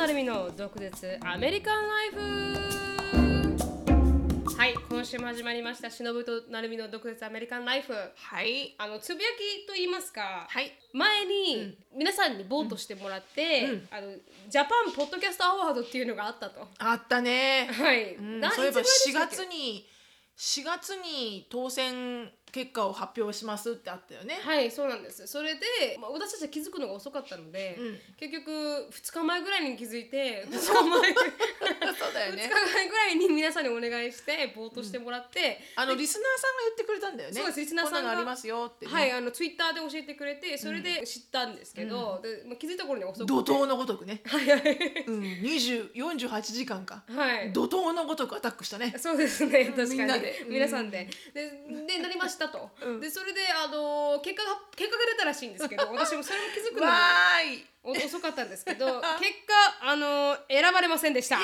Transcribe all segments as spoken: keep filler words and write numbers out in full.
なるみの独舌アメリカンライフ。はい、今週も始まりましたしのぶとなるみの独舌アメリカンライフ。 はい、 あのつぶやきと言いますか、 はい、 前に皆さんにボートしてもらって、うん、あのジャパンポッドキャストアワードっていうのがあったと。 あったね。 はい、 うん、そういえばしがつにしがつに当選結果を発表しますってあったよね。 はい、そうなんです。それで、まあ、私たちは気づくのが遅かったので、うん、結局ふつかまえぐらいに気づいてふつかまえそうだよね、 ふつかまえぐらいに皆さんにお願いしてボートしてもらって、 うん、あのリスナーさんが言ってくれたんだよね。 そうです、リスナーさんがこんなのありますよって、ね、 はい、あのツイッターで教えてくれて、それで知ったんですけど、うん、でまあ、気づいた頃に遅くて怒涛のごとくねはいはい、 うん、にじゅう、よんじゅうはちじかんか、 はい、 怒涛のごとくアタックしたね。 そうですね、確かにみんなで、 皆さんで、うん、で, でなりましたと、うん、でそれであの結果が結果が出たらしいんですけど、私もそれも気づくのも遅かったんですけど結果あの選ばれませんでした。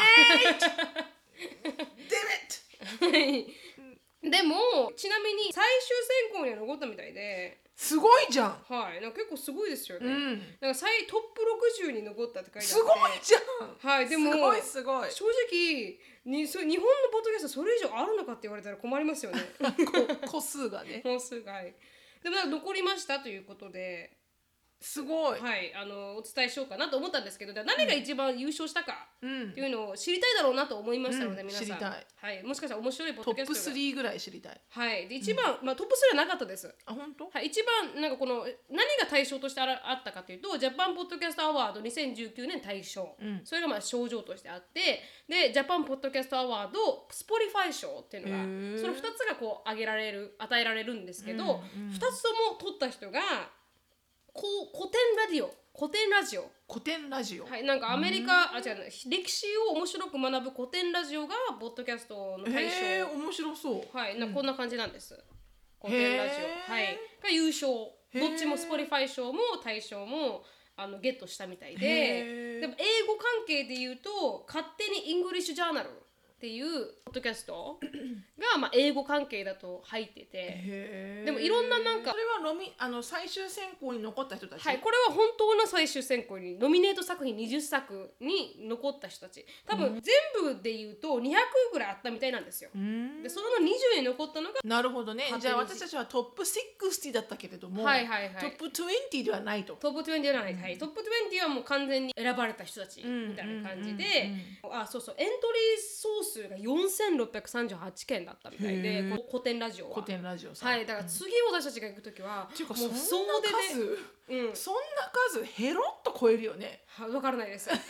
でもちなみに最終選考には残ったみたいで、 すごいじゃん。 はい、なんか結構すごいですよね、うん、なんか最トップろくじゅうに残ったって書いてあって、 すごいじゃん。 はい、でもすごいすごい。 正直にそ日本のポッドキャストそれ以上あるのかって言われたら困りますよね。 個数がね。 個数が、はい、でもなんか残りましたということで、 すごい、 はい、あのお伝えしようかなと思ったんですけど、何が一番優勝したかっていうのを知りたいだろうなと思いましたので、うん、皆さん知りたい、はい、もしかしたら面白いポッドキャストがトップスリーぐらい知りたい。 はい、で一番、うん、まあ、トップスリーはなかったです。 あ、本当？ はい、一番なんかこの何が対象としてあったかというと、ジャパンポッドキャストアワードにせんじゅうきゅうねん大賞、うん、それがまあ賞状としてあって、でジャパンポッドキャストアワードスポティファイ賞っていうのが、そのふたつがこう挙げられる与えられるんですけど、うんうん、ふたつとも取った人がこう古典ラジオ古典ラジオ古典ラジオ、 はい、なんかアメリカ、あ、違う、歴史を面白く学ぶ古典ラジオがポッドキャストの対象。 へー、面白そう。 はい、なんかこんな感じなんです、うん、古典ラジオ、はい、が優勝。どっちもスポティファイ賞も大賞もあのゲットしたみたいで、でも英語関係で言うと勝手にイングリッシュジャーナルっていうポッドキャストがまあ英語関係だと入ってて、でもいろんななんかそれはノミあの最終選考に残った人たち、 はい、これは本当の最終選考にノミネート作品にじゅっさくに残った人たち、多分全部で言うとにひゃくぐらいあったみたいなんですよ。でそのにじゅうに残ったのが、 なるほどね。じゃあ私たちはトップろくじゅうだったけれども、 はいはいはい、 トップにじゅうではないと。 トップにじゅうではない、はい、トップにじゅうはもう完全に選ばれた人たちみたいな感じで、あ、そうそう、エントリー総数がよんせんろっぴゃくさんじゅうはちけんだったみたいで、古典ラジオは古典ラジオさん、 はい、だから次私たちが行くときは、 うん、もうそんな数、うん、そんな数ヘロッと超えるよね。 は、分からないです。でも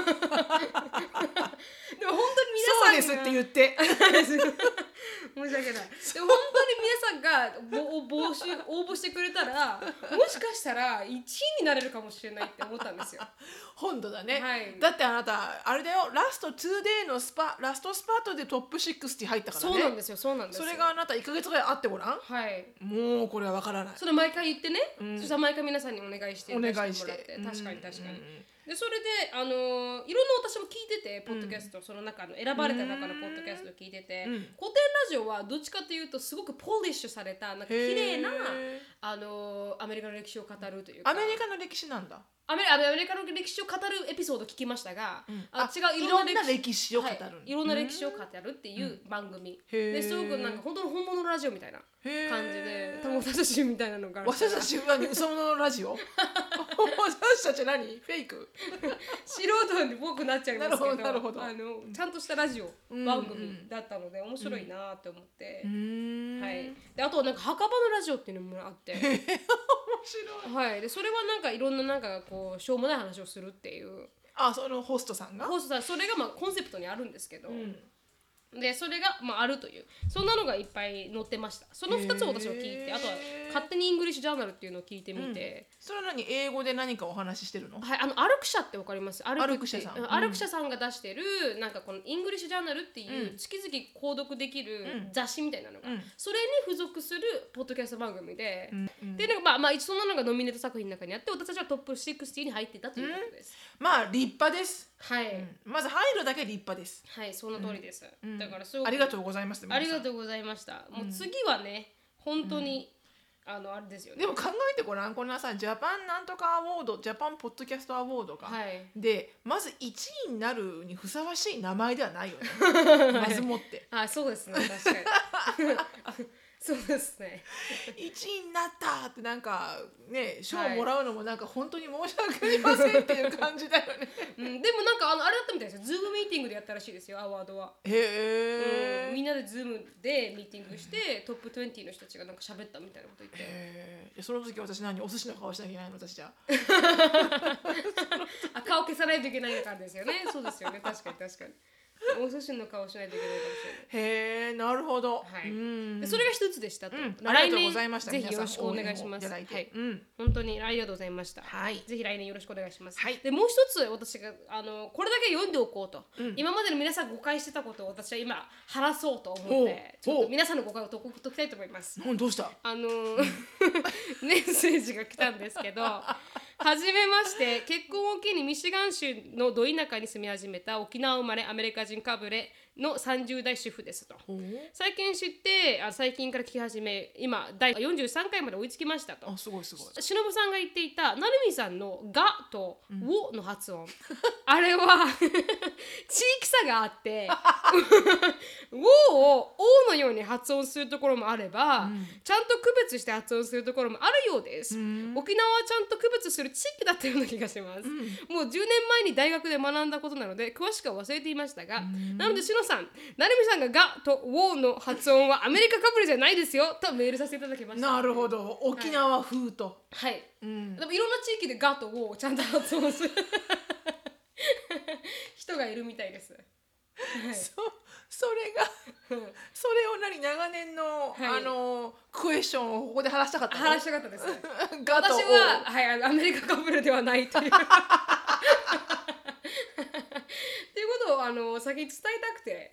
本当に皆さんがそうですって言って申し訳ない。でも本当に皆さんが募集応募してくれたら、もしかしたらいちいになれるかもしれないって思ったんですよ。 本当だね、 はい、 だってあなたあれだよ、ラスト ツーデー のスパラストスパートでトップろくじゅう入ったからね。 そうなんですよ、そうなんですよ。 それがあなたいっかげつぐらいあってごらん。 はい、 もうこれは分からない。 それ毎回言ってね、うん、そしたら毎回皆さんにお願いしてお願いして、 確かに確かに、うん、でそれであのー、いろんな私も聞いてて、ポッドキャスト、うん、その中の選ばれた中のポッドキャストを聞いてて、うん、古典ラジオはどっちかというとすごくポリッシュされた、なんか綺麗なあのー、アメリカの歴史を語るというか。 アメリカの歴史なんだ。 アメリアメリカの歴史を語るエピソード聞きましたが、うん、あ違う、 いろんな歴史を語る、はい、 いろんな歴史を語るっていう番組、うん、ですごくなんか本当の本物のラジオみたいな感じで、多分私たちみたいなのが私たちは嘘物のラジオ私たち何フェイク素人っぽくなっちゃいますけど、 なるほど、 あのちゃんとしたラジオ番組だったので面白いなって思って、うん、はい、であとなんか墓場のラジオっていうのもあって面白い、 はい、でそれはなんかいろんななんかこうしょうもない話をするっていう、 あ、そのホストさんがホストさん、それがまあコンセプトにあるんですけど、うん、でそれが、まあ、あるという、そんなのがいっぱい載ってました。そのふたつを私は聞いて、あとは勝手にイングリッシュジャーナルっていうのを聞いてみて、 うん、それは何、英語で何かお話ししてるの？ はい、あのアルクシャってわかります？アルクシャさん、うん、 アルクシャさんが出してるなんかこのイングリッシュジャーナルっていう月々購読できる雑誌みたいなのが、うん、それに付属するポッドキャスト番組で、うんうん、でなんかまあまあそんなのがノミネート作品の中にあって、私たちはトップろくじゅうに入ってたということです。 うん、まあ立派です。 はい、 うん、まず入るだけ立派です。 はい、その通りです。うん、だからすごくありがとうございます。 ありがとうございました。もう次はね、本当に、 あのあれですよね。 でも考えてごらん、こんなさジャパンなんとかアワード、ジャパンポッドキャストアワードか、 はい、 でまずいちいになるにふさわしい名前ではないよねまずもってあ、そうですね、確かにそうですねいちいになったってなんかね賞はいをもらうのもなんか本当に申し訳ありませんっていう感じだよねうん、でもなんかあのあれだったみたいですよ。ズームミーティングでやったらしいですよ、アワードは。 へえ、 うん、みんなでズームでミーティングしてトップにじゅうの人たちがなんか喋ったみたいなこと言って。 へえ、その時私何お寿司の顔しなきゃいけないの私じゃあ、顔消さないといけないからですよね。そうですよね、確かに確かに。お寿司の顔しないといけないかもしれない。 へえ、なるほど、 はい、 うんでそれが一つでしたと、 うん、 まありがとうございました。 来年ぜひよろしくお願いします。 皆さん応援をいただいて、 はい、 うん、 本当にありがとうございました。 はい、 ぜひ来年よろしくお願いします。 はい、 でもう一つ私があのこれだけ読んでおこうと、うん、今までの皆さん誤解してたことを私は今晴らそうと思ってちょっと皆さんの誤解を解きたいと思います。 どうした？ あのメッセージが来たんですけどはじめまして、結婚を機にミシガン州のど田舎に住み始めた沖縄生まれアメリカ人かぶれのさんじゅう代主婦ですと。最近知ってあ最近から聞き始め、今だいよんじゅうさんかいまで追いつきましたと。 あ、すごいすごい。 しのぶさんが言っていたなるみさんのがとウォの発音、うん、あれは地域差があってウォをオのように発音するところもあれば、うん、ちゃんと区別して発音するところもあるようです、うん、沖縄はちゃんと区別する地域だったような気がします、うん、もうじゅうねんまえに大学で学んだことなので詳しくは忘れていましたが、うん、なのでしのさん、なるみさんががとウォの発音はアメリカかぶれじゃないですよとメールさせていただきました。 なるほど、沖縄風と、 はい、はい、うん、でもいろんな地域でがとウォをちゃんと発音する人がいるみたいです、はい、 そ, それがそれを何長年の、はい、あのクエスチョンをここで話したかったの？ 話したかったですガと私は、はい、アメリカかぶれではないというっていうことをあの先に伝えたくて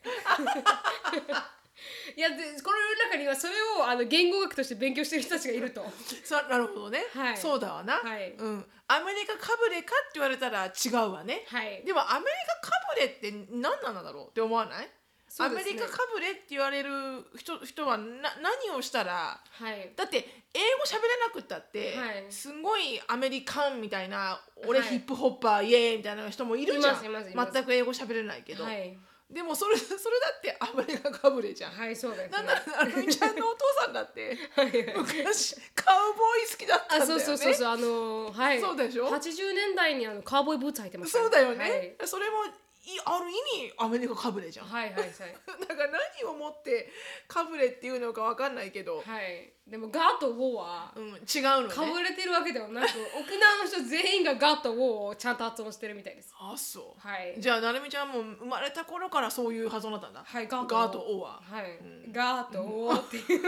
いやでこの世の中にはそれをあの言語学として勉強してる人たちがいると。 そなるほどね、はい、そうだわな、はい、うん、アメリカかぶれかって言われたら違うわね、はい、でもアメリカかぶれって何なんだろうって思わない？アメリカかぶれって言われる 人, 人はな何をしたら、はい、だって英語喋れなくったって、はい、すごいアメリカンみたいな俺ヒップホッパー、はい、イエーイみたいな人もいるじゃん。全く英語喋れないけど、はい、でもそれそれだってアメリカかぶれじゃん。 はい、そうですね。 なんならあのみちゃんのお父さんだって昔カウボーイ好きだったんだよね。 あ、そうそうそうそう、あのはい。 そうでしょ。 はちじゅうねんだいにあのカウボーイブーツ履いてました、ね。 そうだよね。はい、それもある意味アメリカかぶれじゃん。 はいはいはい。 だから何をもってかぶれっていうのかわかんないけど。 はい。でもガとウォは、 うん、違うのね。 かぶれてるわけではなく、沖縄の人全員がガとウォをちゃんと発音してるみたいです。 あ、そう。 はい。 じゃあなるみちゃんも生まれた頃からそういう発音だったんだ。 はい、ガとウォは。 はい。うん、ガとウォっていう。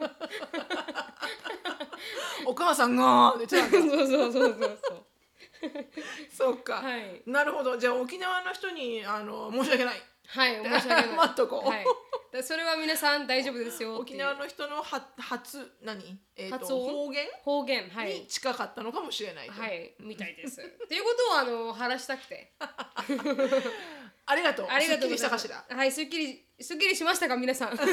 お母さんがーって言ってたんだ。 そうそうそうそうそう。 そうか、 はい、 なるほど。じゃあ沖縄の人にあの申し訳ない。 はい、申し訳ない。 待っとこう。はい、 だそれは皆さん大丈夫ですよ。 沖縄の人のは初何、えー、と発音方言方言、はい、 に近かったのかもしれない。 はい、みたいです。っていうことをあの話したくて。 ありがとう。 ありがとうございます。 すっきりしたかしら。 はい、すっきりすっきりしましたか皆さん。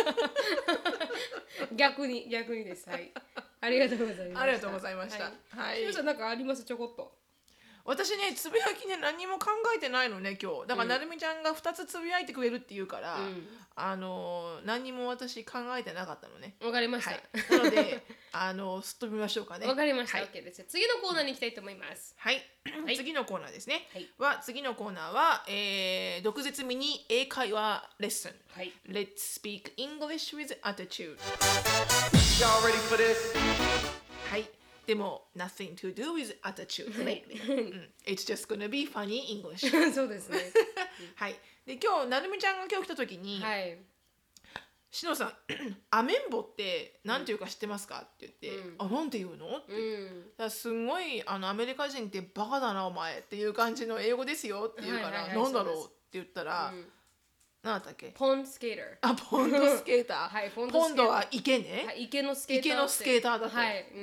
逆に逆にです。はい。ありがとうございました。 ありがとうございました。 はい。しのさんなんかありますちょこっと。 私ねつぶやきね何も考えてないのね今日だから、うん、なるみちゃんがふたつつぶやいてくれるって言うから、うん、あの何も私考えてなかったのね。 わかりました、はい、 なのであのすっ飛びましょうかね。 わかりました、 はい、 OK です。次のコーナーに行きたいと思います。 はい、はい、次のコーナーですね、はい、は次のコーナーは、えー、毒舌ミニ英会話レッスン、はい、Let's speak English with attitude. Y'all ready for this? はい、でも nothing to do with attitude lately. It's just gonna be funny English. そうですね。 はい。で今日なるみちゃんが今日来た時に、はい、しのさんアメンボってなんていうか知ってますかって言って、うん、あなんて言うのって、うん、だからすごいあのアメリカ人ってバカだなお前っていう感じの英語ですよって言うから、はいはいはい、なんだろうって言ったら。うん、なんだっけ？ ポンドスケーター。あ、ポンドスケーター。 はい、ポンドスケーター。 ポンドは池ね。 はい、池のスケーター。 池のスケーターだと。 はい。 うん。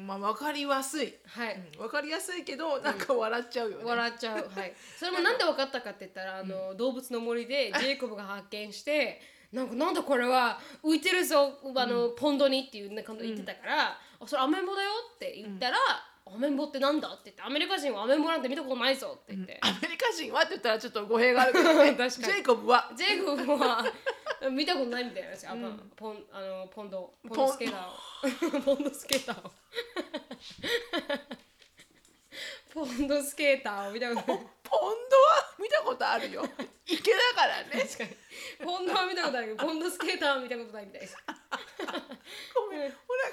まあ分かりやすい。はい。分かりやすいけどなんか笑っちゃうよね。 笑っちゃう。はい。それもなんで分かったかって言ったらあの動物の森でジェイコブが発見してなんかなんだこれは浮いてるぞあの、うん、ポンドにっていうね感じで言ってたから、うん、それアメンボだよって言ったら、うん、アメンボってなんだって言ってアメリカ人はアメンボなんて見たことないぞって言って、 うん、アメリカ人はって言ったらちょっと語弊があるけどね確かにジェイコブはジェイコブは見たことないみたいな話、うん、ポンあのポンドポンドスケーターをポンドスケーターをポンドスケーターを見たことない。 ポンドは見たことあるよ。池だからね。 確かに。ポンドは見たことあるけど、ポンドスケーターは見たことないみたいです。 ごめん、お腹痛い。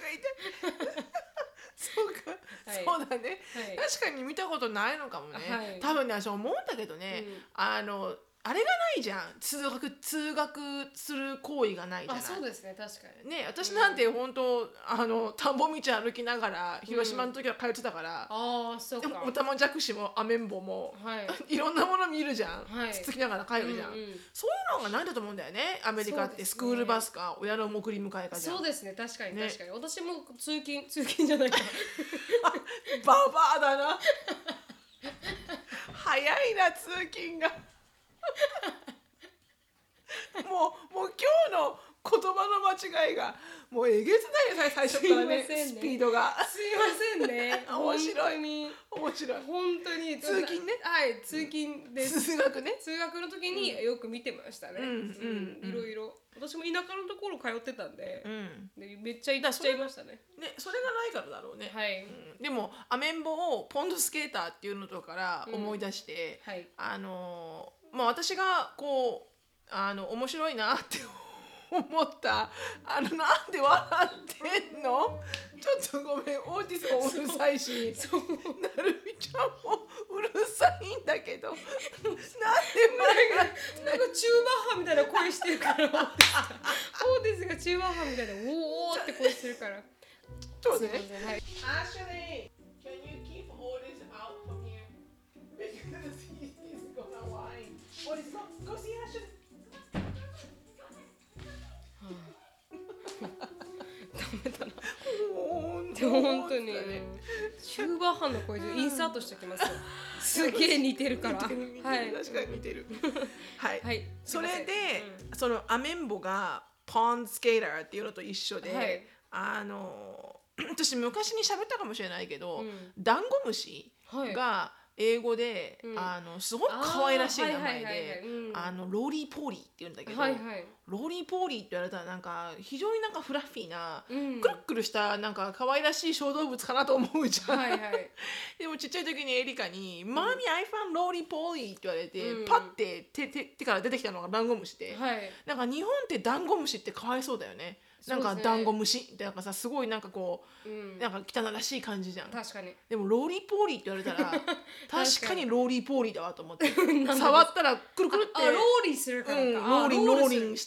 そうか、はい、そうだね、はい、確かに見たことないのかもね。はい、多分ね、そう思うんだけどね、うん、あの。あれがないじゃん。通学通学する行為がないじゃない。 あ、そうですね、確かに。 ね、私なんて本当、うん、あの田んぼ道歩きながら広島の時は通ってたから。 うん、ああ、そうか。 でもオタマジャクシもアメンボも、はい、いろんなもの見るじゃん。はい、つつきながら帰るじゃん。うんうん、そういうのがないんだと思うんだよね。アメリカって、ね、スクールバスか親の送り迎えかじゃん。 そうですね、確かに確かに。ね、私も通勤通勤じゃないか。 ババアだな。早いな通勤が。もう、もう今日の言葉の間違いがもうえげつない最初からね、ねスピードがすいませんね面白い面白い本当に通勤ね、 はい通勤です、 通学ね、 通学の時によく見てましたね、うんうんうん、いろいろ私も田舎のところ通ってたんで、うん、でめっちゃ行っちゃいましたね。 ね、それがないからだろうね、 はい、 うん、でもアメンボをポンドスケーターっていうのとから思い出して、うんはい、あのまあ私がこうあの面白いなって思ったあのなんで笑ってんのちょっとごめんオーティスもうるさいしなるみちゃんもうるさいんだけどなんで笑ってなんか中バッハみたいな声してるからオーティスが中バッハみたいなおーおーって声してるからそうね、はい、Ashley, can you keep Otis out from here? Because he's gonna whine. Otis, go, go see Ashley. でも本当にシューバーハンの声でインサートしてきますよ。すげえ似てるから。 似てる似てる、はい、確かに似てる。はい。はい、それで、うん、そのアメンボがポンドスケーターっていうのと一緒で、はい、あの私昔に喋ったかもしれないけど、うん、ダンゴムシが、はい英語で、うん、あのすごい可愛らしい名前であのローリーポーリーって言うんだけど、はいはい、ローリーポーリーって言われたらなんか非常になんかフラッフィーな、うん、くるくるしたなんか可愛らしい小動物かなと思うじゃん、はいはい、でもちっちゃい時にエリカに「マミ I found ローリーポーリー」って言われて、うん、パッて手手手から出てきたのがダンゴムシで、はい、なんか日本ってダンゴムシってかわいそうだよね。なんかダンゴムシってなんかさすごいなんかこう、うん、なんか汚らしい感じじゃん。 確かに。 でもローリーポーリーって言われたら確かにローリーポーリーだわと思って触ったらくるくるってああローリーするからか、うん、 ローリーローリンして、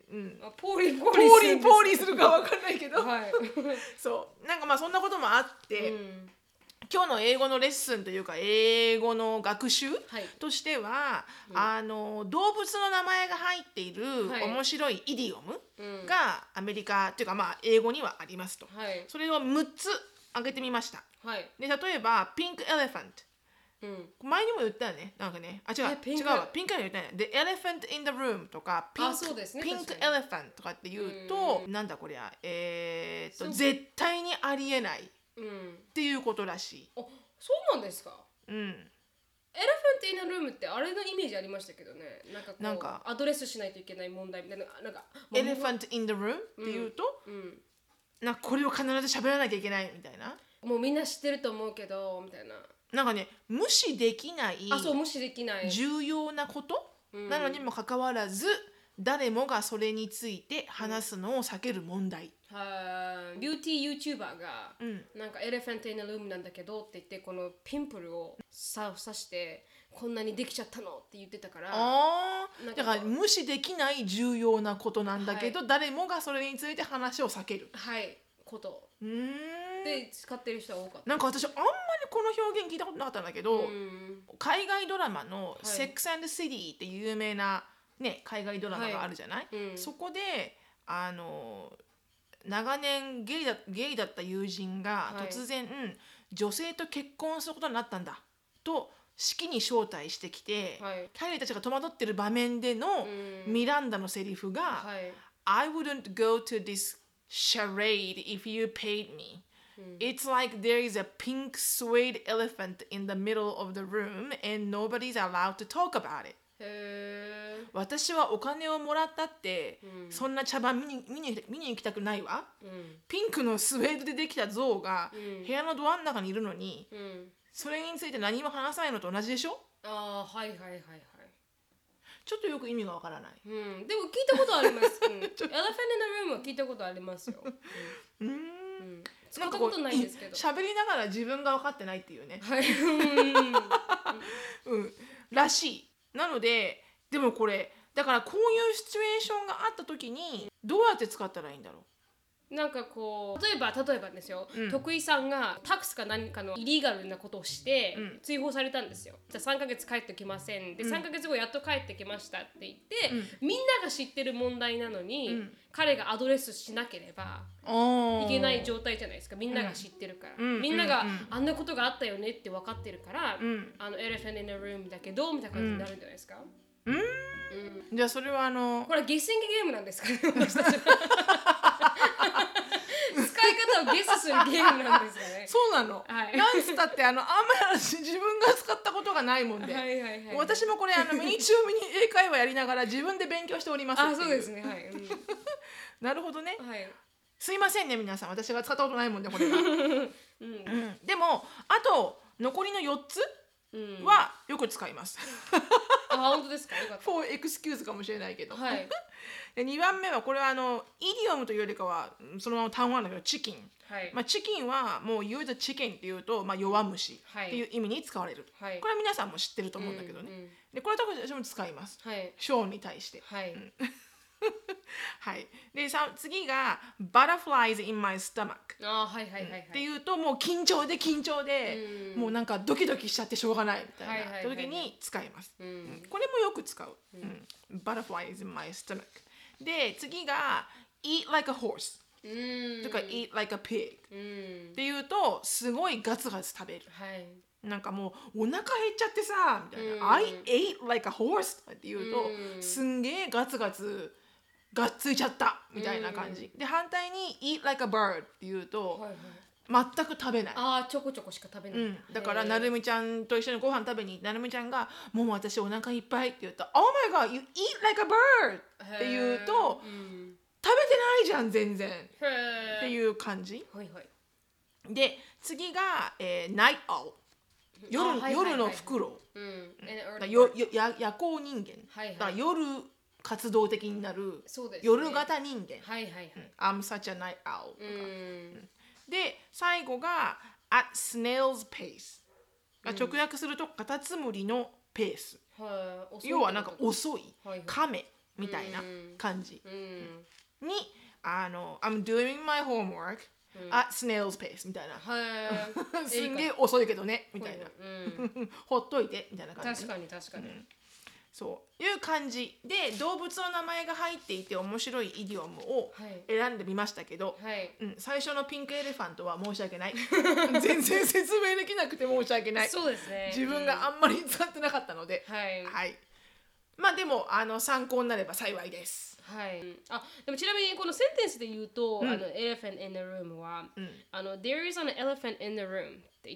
うん、あポーリーポーリーポーリーポーリーするかわかんないけど、はい、そうなんかまあそんなこともあって、うん今日の英語のレッスンというか英語の学習としては、はいうん、あの動物の名前が入っている面白いイディオムがアメリカというかまあ英語にはありますと、はい、それをむっつ挙げてみました、はい、で例えばピンクエレファント、うん、前にも言ったよねなんかねあ違う違うわピンクエレファント言ったね The elephant in the room とかピンク、ね、ピンクエレファントとかって言うと、うん、なんだこりゃえー、っと絶対にありえないうん、っていうことらしい。 あ、そうなんですか。うん。エレファントインナールームってあれのイメージありましたけどね。なんかこうなんかアドレスしないといけない問題みたいななんか。 エレファントインナールームっていうと、うんうん、なんかこれを必ず喋らなきゃいけないみたいな。 もうみんな知ってると思うけどみたいな。 なんかね無視できない。 あ、そう無視できない。 重要なこと、うん、なのにもかかわらず誰もがそれについて話すのを避ける問題。 はビューティー YouTuber が、うん、なんかエレファントインナールームなんだけどって言ってこのピンプルをさ刺してこんなにできちゃったのって言ってたからあだから無視できない重要なことなんだけど、はい、誰もがそれについて話を避けるはいことうんで使ってる人は多かったなんか私あんまりこの表現聞いたことなかったんだけど海外ドラマの「セックス&シティ」っていう有名な、ね、海外ドラマがあるじゃない、はいうん、そこであの長年ゲイだ、ゲイだった友人が突然、はい、女性と結婚することになったんだと式に招待してきて、 はい、 キャリーたちが戸惑ってる場面でのミランダのセリフが、はい、I wouldn't go to this charade if you paid me. It's like there is a pink suede elephant in the middle of the room and nobody's allowed to talk about it. へー、 私はお金をもらったって、うん、そんな茶番見に、見に、見に行きたくないわ、うん、ピンクのスウェードでできた像が、うん、部屋のドアの中にいるのに、うん、それについて何も話さないのと同じでしょ。 あー、はいはいはいはい。 ちょっとよく意味がわからない、 うん、でも聞いたことあります、うん、エレファント・イン・ザ・ルームは聞いたことありますよ、うん、うん、使ったことないですけど、 喋りながら自分が分かってないっていうね、 はいうん、らしい。なので、でもこれだからこういうシチュエーションがあった時にどうやって使ったらいいんだろう。 なんかこう例えば例えばですよ、うん、徳井さんがタックスか何かのイリーガルなことをして、うん、追放されたんですよ。じゃあさんかげつ帰ってきませんで、うん、さんかげつごやっと帰ってきましたって言って、うん、みんなが知ってる問題なのに、うん、彼がアドレスしなければいけない状態じゃないですか。みんなが知ってるから、うん、みんなが、うん、あんなことがあったよねって分かってるから、うん、あのエレファント・イン・ザ・ルームだけどみたいな感じになるんじゃないですか。 うんうん、じゃあそれはあのこれゲッシングゲームなんですかね私たち使い方をゲスするゲームなんですかね。 そうなの、はい、なんつったってあのあんまり自分が使ったことがないもんで、はいはいはい、私もこれあのミニチュアミニ英会話やりながら自分で勉強しておりますっていう。 あ、そうですね、はい、うん、 なるほどね、 はい、 すいませんね皆さん、私が使ったことないもんでこれが、うんうん、でもあと残りのよっつはよく使います、 うん、あ、本当ですか。よかった。 for excuse かもしれないけど、 はい、 でにばんめはこれはあのイディオムというよりかはそのまま単語なんだけどチキン、はい、まあ、チキンはもう You're the chicken っていうと、まあ、弱虫っていう意味に使われる、はい、これは皆さんも知ってると思うんだけどね、うんうん、でこれは私も使います、はい、ショーンに対して、はい、うんはい、でさ次が Butterflies in my stomach、 あ、はいはいはいはい、 っていうともう緊張で緊張で、うん、もうなんかドキドキしちゃってしょうがないみたいな時に使います、はいはいはいはい、うん、これもよく使う、うんうん、Butterflies in my stomach で次が Eat like a horse、うん、とか Eat like a pig、うん、っていうとすごいガツガツ食べる、はい、なんかもうお腹減っちゃってさみたいな、うん、I ate like a horse っていうと、うん、すんげえガツガツがっついちゃったみたいな感じ、うん、で反対に eat like a bird っていうと、はいはい、全く食べない。 ああ、ちょこちょこしか食べない、うん、 だからなるみちゃんと一緒にご飯食べになるみちゃんがもう私お腹いっぱいって言うと Oh my god you eat like a bird って言うと、うん、食べてないじゃん全然っていう感じ、はいはい、で次が、えー、night owl 夜、はいはいはい、夜のフクロウ、うん、よよや夜行人間、はいはい、だから夜活動的になる、ね、夜型人間、はいはいはい、I'm such a night owl とか、うん、で最後が at snail's pace、うん、直訳するとカタツムリのペース、はい、要はなんか遅い、はいはい、亀みたいな感じ、うん、にあの I'm doing my homework、うん、at snail's pace みたいな、はい、すんげえ遅いけどねみたいな、うん、ほっといてみたいな感じ。 確かに確かに、うん、 そういう感じで動物の名前が入っていて面白いイディオムを選んでみましたけど、はいうん、最初のピンクエレファントは申し訳ない全然説明できなくて申し訳ない。 そうですね、 自分があんまり使ってなかったので、はいはい、まあでもあの参考になれば幸いです。 はい、あでもちなみにこのセンテンスで言うと、うん、あの Elephant in the room は、うん、あの There is an elephant in the room って言って、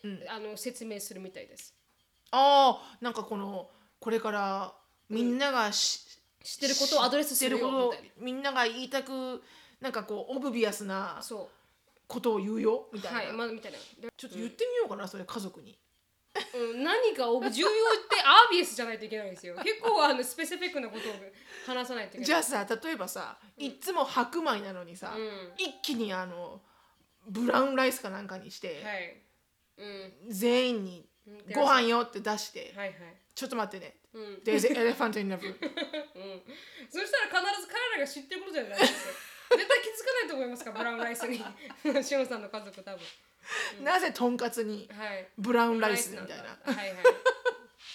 うん、あの説明するみたいです。 ああ、なんかこのこれからみんながし、 うん、知ってることをアドレスするよみたいな、 みんなが言いたくなんかこうオブビアスなことを言うよみたいな、 はい、まあ、みたいな。 ちょっと言ってみようかな、うん、それ家族に、 うん、何かを重要ってアービエスじゃないといけないんですよ。結構あのスペシフィックなことを話さないといけない。 じゃあさ、例えばさ、うん、いつも白米なのにさ、うん、一気にあのブラウンライスかなんかにして、はいうん、全員にご飯よって出して、はいはい、ちょっと待ってね、うん、There's an elephant in the room、うん、 そしたら必ず彼らが知ってることじゃないですか。絶対気づかないと思いますか、ブラウンライスにしおんさんの家族多分、 うん、なぜとんかつにブラウンライスみたいな、はいはい、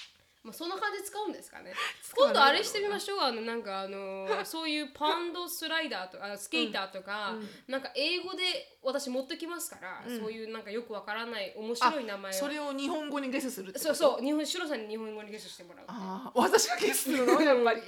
まあそんな感じで使うんですかね。今度あれしてみましょう。あのなんかあのー、そういうパンドスライダーとかスケーターとか、うん、なんか英語で私持ってきますから、うん、そういうなんかよくわからない面白い名前を。 それを日本語にゲスするってこと？ そうそう。日本シロさんに日本語にゲスしてもらう。 ああ、私がゲスするのやっぱり。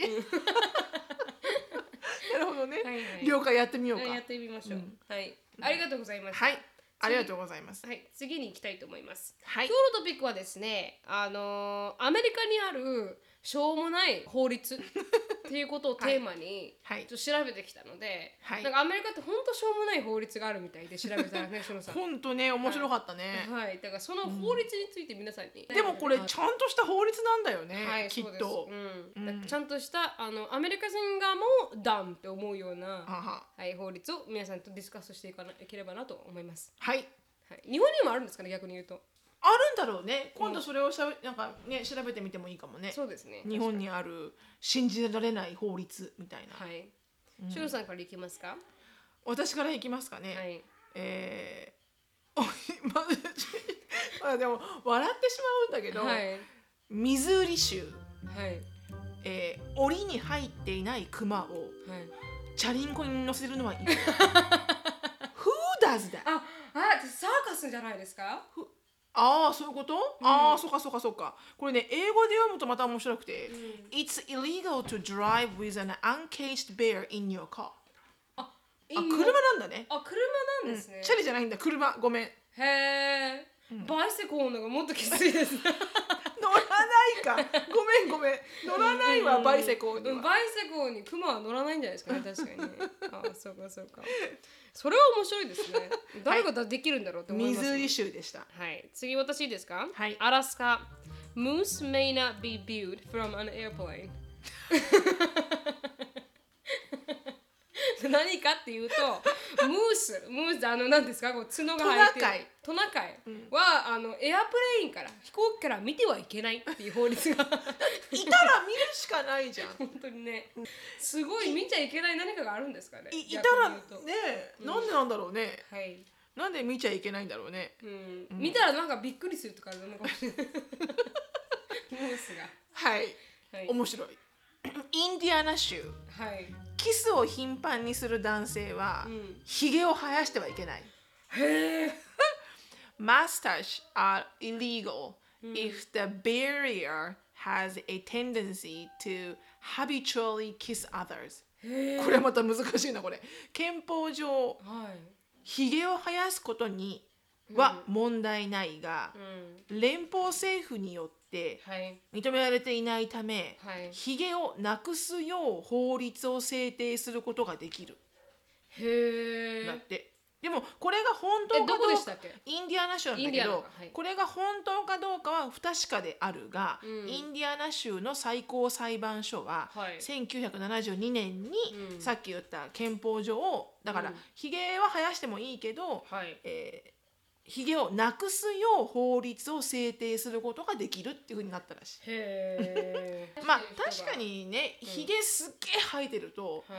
なるほどね。はいはい、了解、やってみようか。 やってみましょう。うん、はい。ありがとうございました。 はい。ありがとうございます。 はい、次に行きたいと思います。はい、今日のトピックはですね、あのー、アメリカにあるしょうもない法律っていうことをテーマにちょっと調べてきたので、はい、なんかアメリカって本当しょうもない法律があるみたいで調べたらね、しのさん。 本当ね、面白かったね。 はい、はい、だからその法律について皆さんに。 うん、でもこれちゃんとした法律なんだよね、はい、きっと。 うん、うん、ちゃんとしたあのアメリカ人がもダンって思うような、はい、法律を皆さんとディスカスしていかなければなと思います。 はい。 はい、日本にもあるんですかね、逆に言うと。 あるんだろうね。今度それをしゃべなんかね調べてみてもいいかもね。 そうですね。 日本にある信じられない法律みたいな。 はい。しゅうさんからいきますか。 私からいきますかね。はい。えー、まあでも笑ってしまうんだけど、はい、ミズーリ州、はい、えー、檻に入っていないクマを、はい、チャリンコに乗せるのはいい。Who does that？ あ、あ、サーカスじゃないですか？ ああ、そういうこと？うん、ああ、そうかそうかそうか。これね、英語で読むとまた面白くて、うん、It's illegal to drive with an uncaged bear in your car。あ、車なんだね。 あ、車なんですね。 うん、チャリじゃないんだ、車。ごめん。へえ、うん、バイセコーのがもっときついですね。 乗らないか。ごめんごめん。乗らないわ、バイセコーには。 バイセコーにクマは乗らないんじゃないですかね、確かにね。ああ、そうかそうか。それは面白いですね。誰ができるんだろうって思います、ね。 ミズーリ州でした。 はい。次私いいですか？ はい。 アラスカ。Moose may not be viewed from an airplane 。何かっていうと、ムース、ムースあの何ですか、こう角が生えてる。トナカイは、うん、あのエアプレインから飛行機から見てはいけないっていう法律がいたら見るしかないじゃん。 本当にね、すごい見ちゃいけない何かがあるんですかね。 い, いたらね、うん、なんでなんだろうね。はい。なんで見ちゃいけないんだろうね。 うん。うん、見たらなんかびっくりするとかあるのかもしれない。ムースが。 はい。はい、面白い。インディアナ州。はい。キスを頻繁にする男性は、うん、ひげを生やしてはいけない。へえ。Mustache are illegal、うん、if the barrier has a tendency to habitually kiss others。これまた難しいなこれ。憲法上、はい、ひげを生やすことには問題ないが、うん、連邦政府によって認められていないため、はい、ひげをなくすよう法律を制定することができる。へー。だって。でもこれが本当かどうか、インディアナ州なんだけど、はい、これが本当かどうかは不確かであるが、うん、インディアナ州の最高裁判所は、はい、せんきゅうひゃくななじゅうにねんに、うん、さっき言った憲法上だから、うん、ひげは生やしてもいいけど、はい、えーひげをなくすよう法律を制定することができるっていう風になったらしい。へー。まあ確かにね、ひげすっげえ生えてると、はい、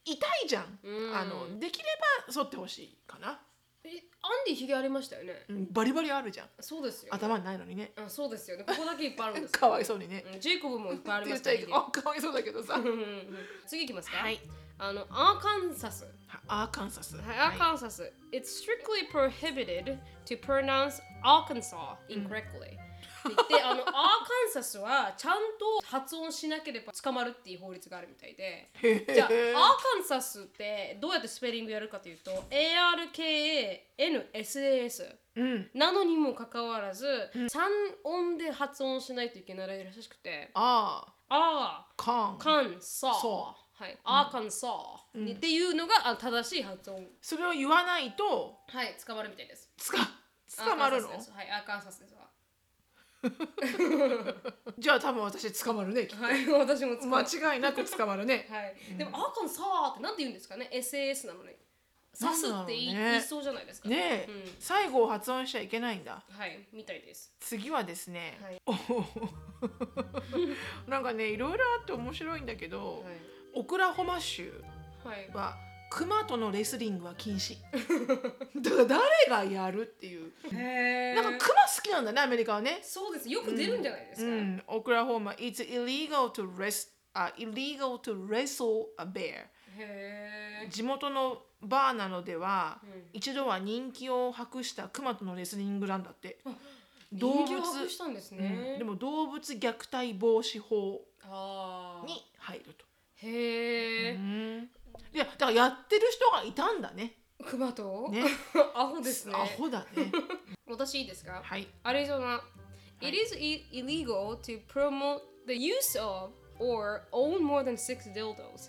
痛いじゃん。うん、あのできれば剃ってほしいかな。 え、アンディひげありましたよね。 うん、バリバリあるじゃん。 そうですよ、ね。 頭にないのにね。 あ、そうですよね。ここだけいっぱいあるんですよ、ね。 かわいそうにね。 うん、ジェイコブもいっぱいありますからね。 あ、かわいそうだけどさ。 次いきますか。はい。あのアーカンサス。 アーカンサス。 はい、アーカンサス。It's strictly prohibited to pronounce Arkansas incorrectly。で、あのアーカンサスはちゃんと発音しなければ捕まるっていう法律があるみたいで。じゃあアーカンサスってどうやってスペリングやるかというと エーアールケーエーエヌエスエーエス、うん、なのにもかかわらず、うん、さん音で発音しないといけないらしくて。ああ。ああ。カン。カンサー。はい、アーカンサー、うん、っていうのが正しい発音。 それを言わないと、 はい、捕まるみたいです。 つか、捕まるの？はい、 アーカンサスですわ。 じゃあ多分私捕まるね。 はい、私も捕まる。 間違いなく捕まるね。 はい。うん、でもアーカンサーってなんて言うんですかね。エスエーエス なのに。刺すって言い、ね、言いそうじゃないですか。 ねえ、うん、最後を発音しちゃいけないんだ。 はい、みたいです。 次はですね。はい、なんかね、いろいろあって面白いんだけど。はい、オクラホマ州はクマとのレスリングは禁止だから誰がやるっていう。へなんかクマ好きなんだねアメリカはね。 そうです、よく出るんじゃないですか、 うんうん、オクラホーマ It's illegal to, rest, uh, illegal to wrestle a bear。 へ地元のバーなのでは、うん、一度は人気を博したクマとのレスリングなんだって。 動物人気を博したんですね、 うん、でも動物虐待防止法に入ると。へえ、うん、いやだからやってる人がいたんだね。 クマと、ね、アホですね。 アホだね。 私いいですか？ はい。 アリゾナ、はい、It is illegal to promote the use of or own more than six dildos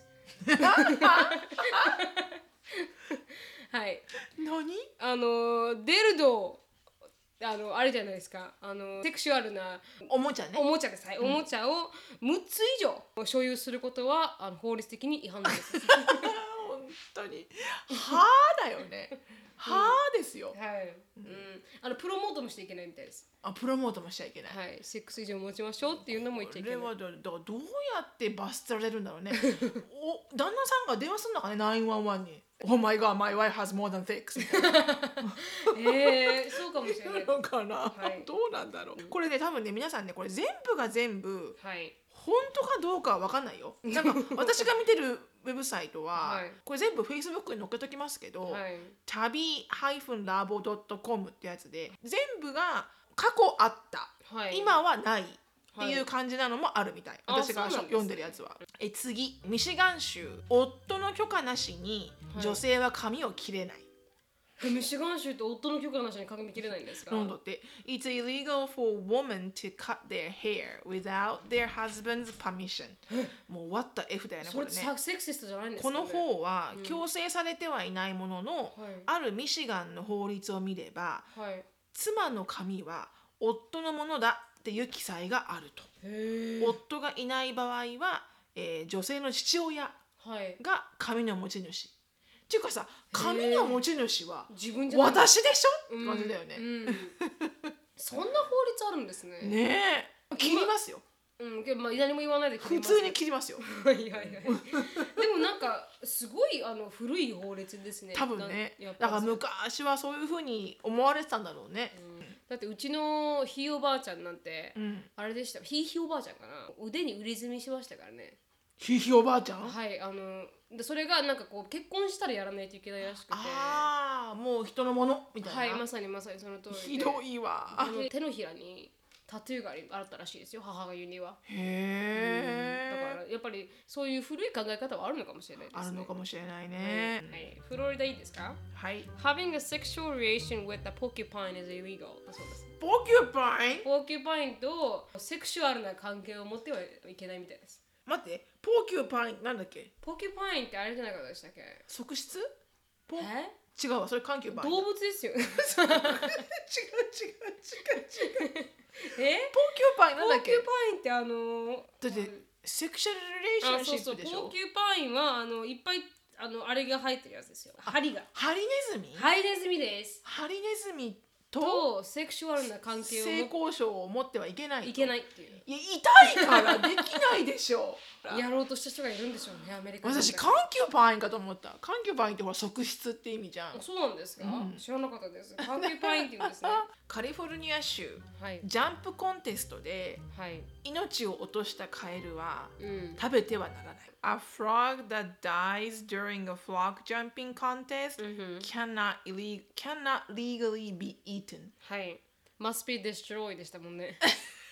はい。 何？ あのデルド、あのあれじゃないですか、あのセクシュアルなおもちゃね。 おもちゃです。はい、うん、おもちゃをむっつ以上所有することはあの法律的に違反です。 本当にはあだよね。はあですよ。 はい。うん。あのプロモートもしちゃいけないみたいです。 あ、プロモートもしちゃいけない。 はい。セックス以上持ちましょうっていうのも言っちゃいけない。 これはだからどうやって罰せられるんだろうね。お旦那さんが電話するのかね、ナインワンワンに。Oh my god, my wife has more than six みたいな。 ええー、そうかもしれない。 のかな、はい、どうなんだろう。これね、多分ね、皆さんね、これ全部が全部、はい、本当かどうかは分かんないよ。なんか私が見てるウェブサイトは、はい、これ全部 Facebook に載っけときますけど、はい、旅 ラボ ドットコム ってやつで全部が過去あった、はい、今はないっていう感じなのもあるみたい、はい、私が読んでるやつは。え次、ミシガン州、夫の許可なしに女性は髪を切れない、 はい、ミシガン州って夫の許可なしに髪切れないんですか？ なんだって。 It's illegal for women to cut their hair without their husband's permission もう what the F だよねこれね。 それセクシストじゃないんですかね。 この方は強制されてはいないものの、うん、あるミシガンの法律を見れば、はい、妻の髪は夫のものだっていう記載があると。夫がいない場合は、えー、女性の父親が髪の持ち主、っていうかさ、髪の持ち主は自分じゃない私でしょって感じだよね、うんうん、 そんな法律あるんですね。 ねえ、切りますよ。 うん、けどまあ何も言わないで切ります。 普通に切りますよ。 いやいやでもなんかすごいあの古い法律ですね。 多分ね。だから昔はそういう風に思われてたんだろうね。うん、 だってうちのひいおばあちゃんなんて、うん、あれでした。ひいひいおばあちゃんかな。腕に売り墨しましたからね。 ひいひいおばあちゃん？ はい、あのでそれがなんかこう結婚したらやらないといけないらしくて。 ああ、もう人のものみたいな。 はい、まさにまさにその通りで。 ひどいわ。 あの手のひらにタトゥーがあったらしいですよ、母が言うには。 へえ、 うん。だからやっぱりそういう古い考え方はあるのかもしれないですね。 あるのかもしれないね。 はい。はい、フロリダいいですか？ はい。 Having a sexual relation with a porcupine is illegal だそうです。 ポキュパイン？ ポキュパインとセクシュアルな関係を持ってはいけないみたいです。 待って、ポキュパインなんだっけ？ ポキュパインってあれじゃなかったでしたっけ？ 側室？ ポえ？違うわ、それ環境パイン。 動物ですよ。違う違う違う違う。え？ ポキュパインなんだっけ？ ポキュパインってあのだってセクシャルリレーションシップでしょ。 そうそう、ポキュパインはあのいっぱいあのあれが入ってるやつですよ。針が。 ハリネズミ？ ハリネズミです。 ハリネズミと, とセクシュアルな関係を性交渉を持ってはいけないと。 いけないっていう。 いや、痛いからできないでしょう。 やろうとした人がいるんでしょうね、アメリカ。 私環境パインかと思った。環境パインってほら側室って意味じゃん。 そうなんですか、うん、知らなかったです。環境パインって言うんですね。 カリフォルニア州、はい、ジャンプコンテストで、はい、命を落としたカエルは、うん、食べてはならない。A frog that dies during a frog jumping contest、mm-hmm. cannot, ille- cannot legally be eaten。 はい。must be destroyed でしたもんね。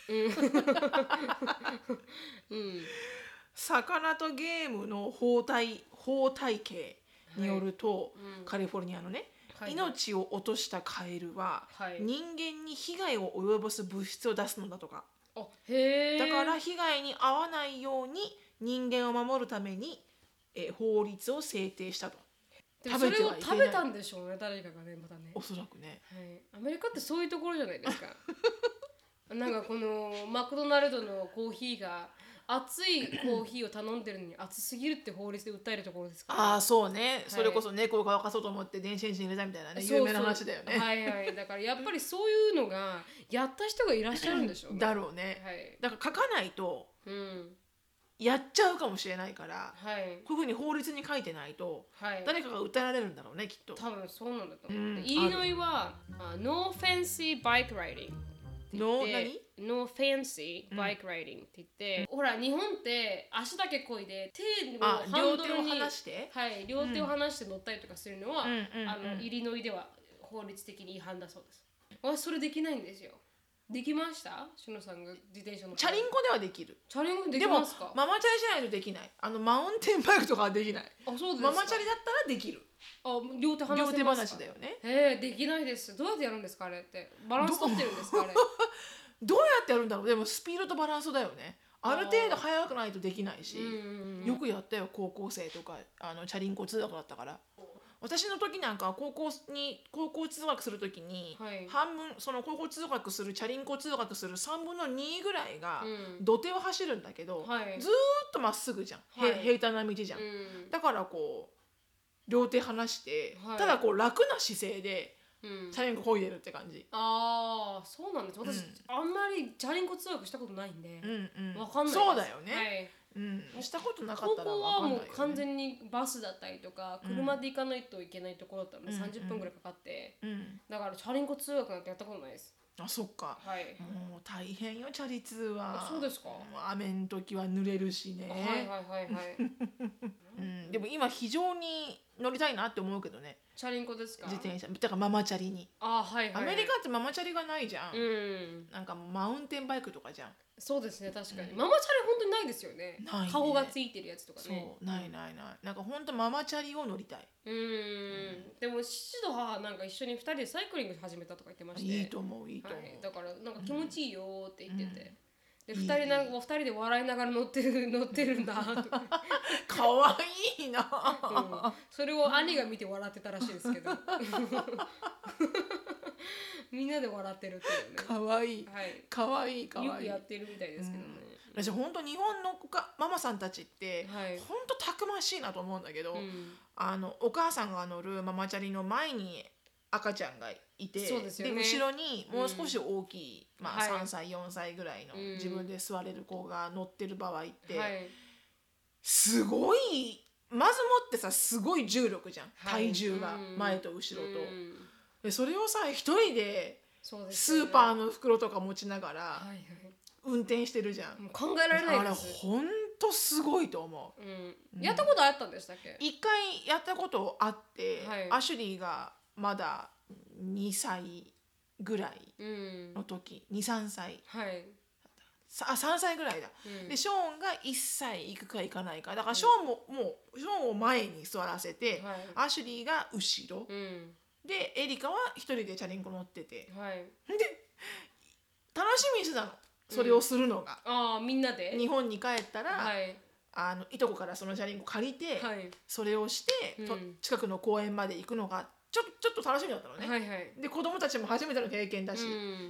うん、魚とゲームの法体法体系によると、はい、うん、カリフォルニアのね、はい、命を落としたカエルは、はい、人間に被害を及ぼす物質を出すのだとか。 あ、へー。 だから被害に遭わないように人間を守るために、えー、法律を制定したと。 でもそれを食べたんでしょうね、誰かがね、またね。 おそらくね、 はい、アメリカってそういうところじゃないですか。なんかこのマクドナルドのコーヒーが熱いコーヒーを頼んでるのに熱すぎるって法律で訴えるところですから、ね、 ああそうね、はい、それこそ猫を乾かそうと思って電子レンジに入れたみたいなね、有名な話だよね。 はいはい、だからやっぱりそういうのがやった人がいらっしゃるんでしょうね。 だろうね、はい、だから書かないと、うん、 やっちゃうかもしれないから、 はい、 こういうふうに法律に書いてないと、はい、誰かが訴えられるんだろうねきっと。 多分そうなんだと思う、うん、イリノイは、uh, No Fancy Bike Riding No 何 No Fancy Bike Riding って言って、うん、ほら日本って足だけこいで手をハンドルに両手を離して、 はい、両手を離して乗ったりとかするのは、うん、あのイリノイでは法律的に違反だそうです。私それできないんですよ。できました？しのさんが自転車のチャリンコではできる。 チャリンコできますか？ でもママチャリじゃないとできない。あのマウンテンバイクとかはできない。 あ、そうですか。 ママチャリだったらできる。 あ、両手離せますか？ 両手話だよね。 えー、できないです。どうやってやるんですかあれって。バランス取ってるんですかあれ。 どうやってやるんだろう。でもスピードとバランスだよね。ある程度速くないとできないし、よくやったよ高校生とかあのチャリンコ通学だったから。私の時なんか高校に高校通学する時に、はい、半分その高校通学するチャリンコ通学するさんぶんのにぐらいが土手を走るんだけど、はい、ずーっとまっすぐじゃん、はい、平坦な道じゃん、うん、だからこう両手離して、はい、ただこう楽な姿勢でチャリンコ漕いでるって感じ、うん、 ああそうなんです。私、うん、あんまりチャリンコ通学したことないんで、うんうん、わかんないです。 そうだよね、はいうん、したことなかったら分かんないよね。 高校はもう完全にバスだったりとか車で行かないといけないところだったのでさんじゅっぷんぐらいかかって、うんうん、だからチャリンコ通学なんてやったことないです。 あ、そっか、 はい、 もう大変よチャリ通は。 あ、そうですか。 雨の時は濡れるしね。 はいはいはいはい、 うん、でも今非常に乗りたいなって思うけどね。 チャリンコですか？ 自転車だからママチャリに。 あ、はいはい、 アメリカってママチャリがないじゃん、 うん、 なんかマウンテンバイクとかじゃん。 そうですね、確かに、うん、ママチャリ本当にないですよね。ないね。顔がついてるやつとかね。 そう、ないないない。なんか本当ママチャリを乗りたい。 うーん、うん、でも父と母なんか一緒にふたりでサイクリング始めたとか言ってまして。 いいと思ういいと思う、はい、 だからなんか気持ちいいよって言ってて、うん、でふたりなんかふたりで笑いながら乗ってる乗ってるんだとかかわいいな、 うん、それを兄が見て笑ってたらしいですけどみんなで笑ってるっていうね。 かわいい、はい、かわいいかわいい。 よくやってるみたいですけどね、 うん、私本当日本のママさんたちって本当たくましいなと思うんだけど、うん、あのお母さんが乗るママチャリの前に赤ちゃんがいて、そうですよね、で後ろにもう少し大きい、うん、まあ、さんさいよんさいぐらいの自分で座れる子が乗ってる場合って、はい、すごいまずもってさすごい重力じゃん、はい、体重が前と後ろと、うん、でそれをさ一人でスーパーの袋とか持ちながら運転してるじゃん、 もう考えられないです。 あれほんとすごいと思う、 うんうん、やったことあったんでしたっけ？ 一回やったことあって、はい、アシュリーがまだにさいぐらいの時、うん、にさんさい、はい、あさんさいぐらいだ、うん、でショーンがいっさい行くか行かないかだからショーンも、うん、もうショーンを前に座らせて、はい、アシュリーが後ろ、うん、でエリカは一人でチャリンコ乗ってて、はい、で楽しみにしてたのそれをするのが、 うん、あみんなで日本に帰ったら、はい、あのいとこからそのチャリンコ借りて、はい、それをして、うん、近くの公園まで行くのがちょちょっと楽しみだったのね、はいはい、で子供たちも初めての経験だし、うん、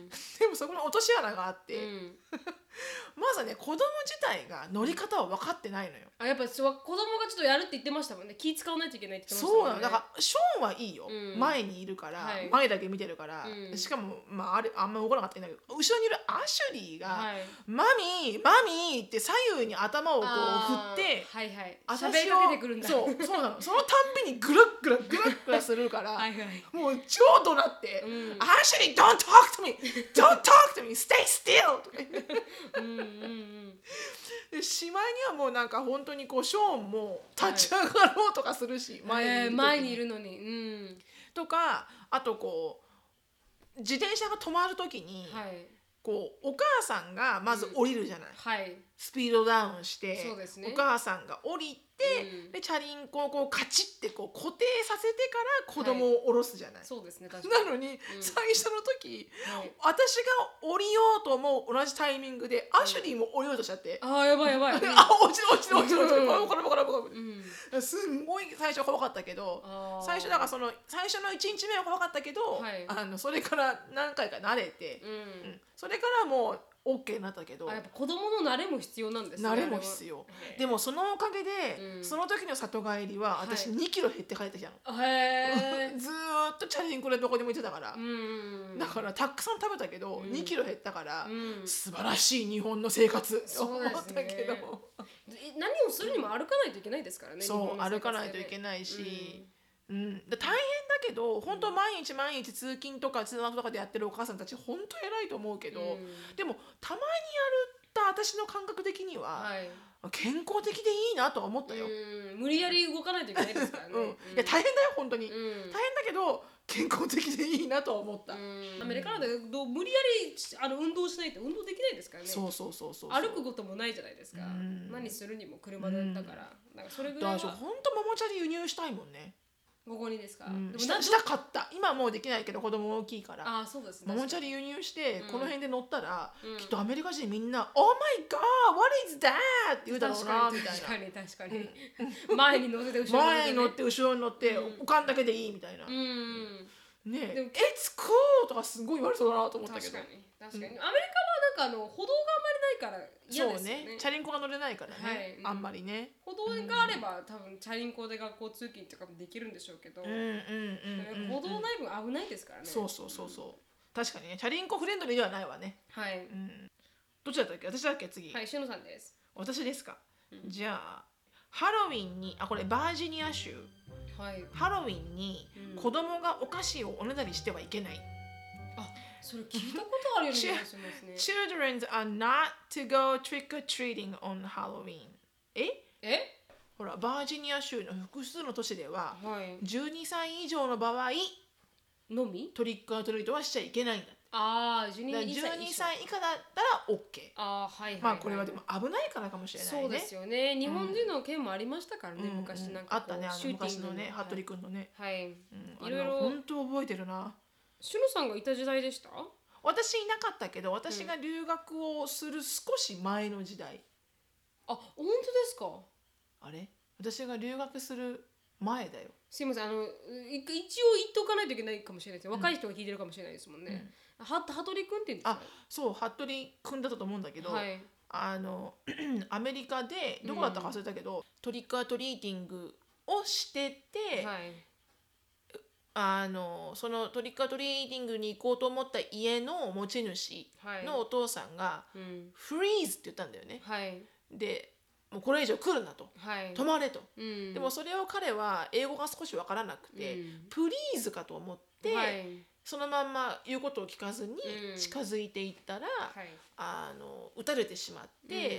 でもそこに落とし穴があって、うん、まずね子供自体が乗り方は分かってないのよ。 あやっぱ子供がちょっとやるって言ってましたもんね。気使わないといけないって言ってましたもんね。 そうなの。だからショーンはいいよ、うん、前にいるから、はい、前だけ見てるから、うん、しかも、まあ、あれあんま動かなかったんだけど後ろにいるアシュリーが、はい、マミーマミーって左右に頭をこう振ってはいはい、 私を喋りかけてくるんだ。 そうそうなの。そのたんびにグラッグラグラッグラするからはい、はい、もう超怒鳴って、うん、アシュリー don't talk to me don't talk to me stay still とか言ってうんうんうんでしまいにはもうなんか本当にこうショーンも立ち上がろうとかするし、 はい、前にいる、えー、前にいるのに、うん、 とかあとこう自転車が止まる時に、はい、こうお母さんがまず降りるじゃない、うんはい、スピードダウンして、そうですね、お母さんが降りて、うん、でチャリンコをこうカチッてこう固定させてから子供を降ろすじゃない、はい、 そうですね、確かに。 なのに、うん、最初の時、はい、私が降りようと思う同じタイミングで、うん、アシュリーも降りようとしちゃって、 あーやばいやばい、うん、 あ落ちる落ちる落ちる落ちるこれこれこれこれすんごい最初怖かったけど、最初だからその最初のいちにちめは怖かったけど、はい、あのそれから何回か慣れて、うんうん、それからもうOK になったけど、 あやっぱ子供の慣れも必要なんですね。 慣れも必要。でもそのおかげで、うん、その時の里帰りは私にキロ減って帰ってきたの、はい、ずーっとチャリンコでどこでも行ってたから、うん、だからたくさん食べたけど、うん、にキロ減ったから、うん、素晴らしい日本の生活って思ったけど、 何をするにも歩かないといけないですからね。 そう歩かないといけないし、うんうん、大変だけど本当毎日毎日通勤とか通学とかでやってるお母さんたち本当偉いと思うけど、うん、でもたまにやるった私の感覚的には、はい、健康的でいいなとは思ったよ。 うん無理やり動かないといけないですからね、うん、いや大変だよ本当に、うん、大変だけど健康的でいいなとは思った。うん、 アメリカなんでど無理やりあの運動しないと運動できないですからね。 そうそうそうそう歩くこともないじゃないですか。何するにも車だったから、なんかそれぐらいは。 だから本当ママチャリ輸入したいもんね。 ここにですか、うん、 でもした、したかった今はもうできないけど子供大きいからあそうです、ね、 ママチャリ輸入して、うん、この辺で乗ったら、うん、きっとアメリカ人みんな「Oh my God! What is that?」って言うだろうなみたいな。 確かに確かに前に乗せて後ろに乗って、ね、 前に乗って後ろに乗って、うん、おかんだけでいいみたいな、うんねえ、It's cool とかすごい言われそうだなと思ったけど。 確かに確かに、うん、アメリカはなんかあの歩道があんまりないから嫌ですよね。 そうね、チャリンコが乗れないからね、はいうん、あんまりね。 歩道があれば、うん、多分チャリンコで学校通勤とかもできるんでしょうけど、うんうんうんうん、歩道ない分危ないですからね。 そうそうそうそう、うん、確かにねチャリンコフレンドリーではないわね。はい、うん、どっちだったっけ私だっけ次。 はいしのさんです。 私ですか、うん、じゃあハロウィンにあこれバージニア州、はい、ハロウィンに子供がお菓子をおねだりしてはいけない、うん、 あそれ聞いたことあるような気がしますね。 Children are not to go trick or treating on Halloween。 ええほらバージニア州の複数の都市では、はい、じゅうにさい以上の場合のみトリックオアトリートはしちゃいけないんだ。 ああじゅうにさい以下だったら OK。 あはいはい、はい、 まあこれはでも危ないからかもしれないね。 そうですよね。日本人の件もありましたからね、うん、昔なんかあったね、あの昔のね服部君のね、 はい、 うん、いろいろ本当覚えてるな。 しのさんがいた時代でした？ 私いなかったけど私が留学をする少し前の時代、 うん、あ本当ですか？あれ私が留学する前だよ。 すいませんあの一応言っておかないといけないかもしれないですよ。若い人が聞いてるかもしれないですもんね、うん、は服部君って言うんですか？ あそう服部君だったと思うんだけど、はい、あのアメリカでどこだったか忘れたけど、うん、トリックアトリーティングをしてて、はいあのそのトリックアトリーティングに行こうと思った家の持ち主のお父さんが、はいうん、フリーズって言ったんだよね、はい、でもうこれ以上来るなと、はい、止まれと、うん、でもそれを彼は英語が少し分からなくて、うん、プリーズかと思って、はい、そのまんま言うことを聞かずに近づいていったら、うん、あの撃たれてしまって、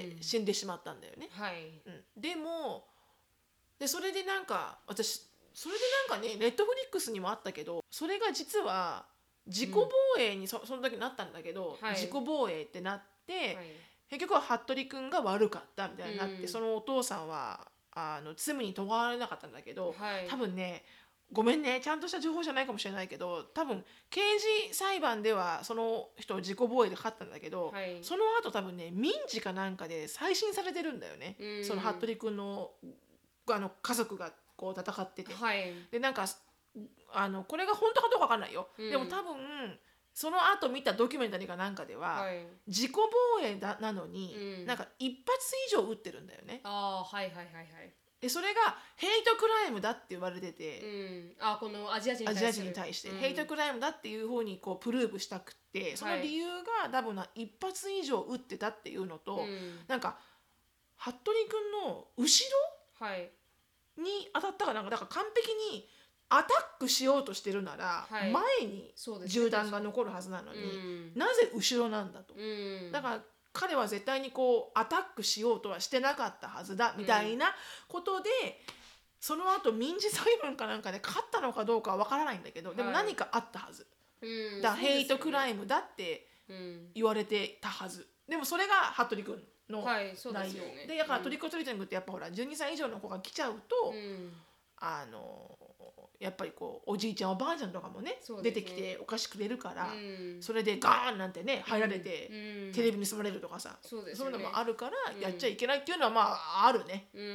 うん、死んでしまったんだよね、はいうん、でもでそれでなんか私それでなんかねネットフリックスにもあったけどそれが実は自己防衛に そ,、うん、その時なったんだけど、はい、自己防衛ってなって、はい、結局は服部君が悪かったみたいになって、うん、そのお父さんはあの罪に問われなかったんだけど、はい、多分ねごめんねちゃんとした情報じゃないかもしれないけど多分刑事裁判ではその人自己防衛で勝ったんだけど、はい、その後多分ね民事かなんかで再審されてるんだよね、うん、その服部君のあの家族がこう戦ってて、はい、でなんかあのこれが本当かどうか分かんないよ、うん、でも多分その後見たドキュメンタリーかなんかでは、はい、自己防衛だなのに、うん、なんか一発以上撃ってるんだよね。 あはいはいはいはいでそれがヘイトクライムだって言われてて、 うん、あこのアジア人に対して、 アジア人に対して、うん、ヘイトクライムだっていうふうにこうプルーブしたくってその理由が多分な一発以上撃ってたっていうのと、うん、なんか服部君の後ろ、はいに当たったかなんかだから完璧にアタックしようとしてるなら、はい、前に銃弾が残るはずなのに、うん、なぜ後ろなんだと、うん、だから彼は絶対にこうアタックしようとはしてなかったはずだみたいなことで、うん、その後民事裁判かなんかで勝ったのかどうかは分からないんだけど、はい、でも何かあったはず、うん、だからヘイトクライムだって言われてたはず、でもそれが服部君の内容、はい、で, ね、でだからトリックオアトリーティングってやっぱほらじゅうにさい以上の子が来ちゃうと、うん、あのやっぱりこうおじいちゃんおばあちゃんとかも ね, ね出てきてお菓子くれるから、うん、それでガーンなんてね入られて、うん、テレビに住まれるとかさ、そうですよね、そういうのもあるからやっちゃいけないっていうのはまああるね、うん、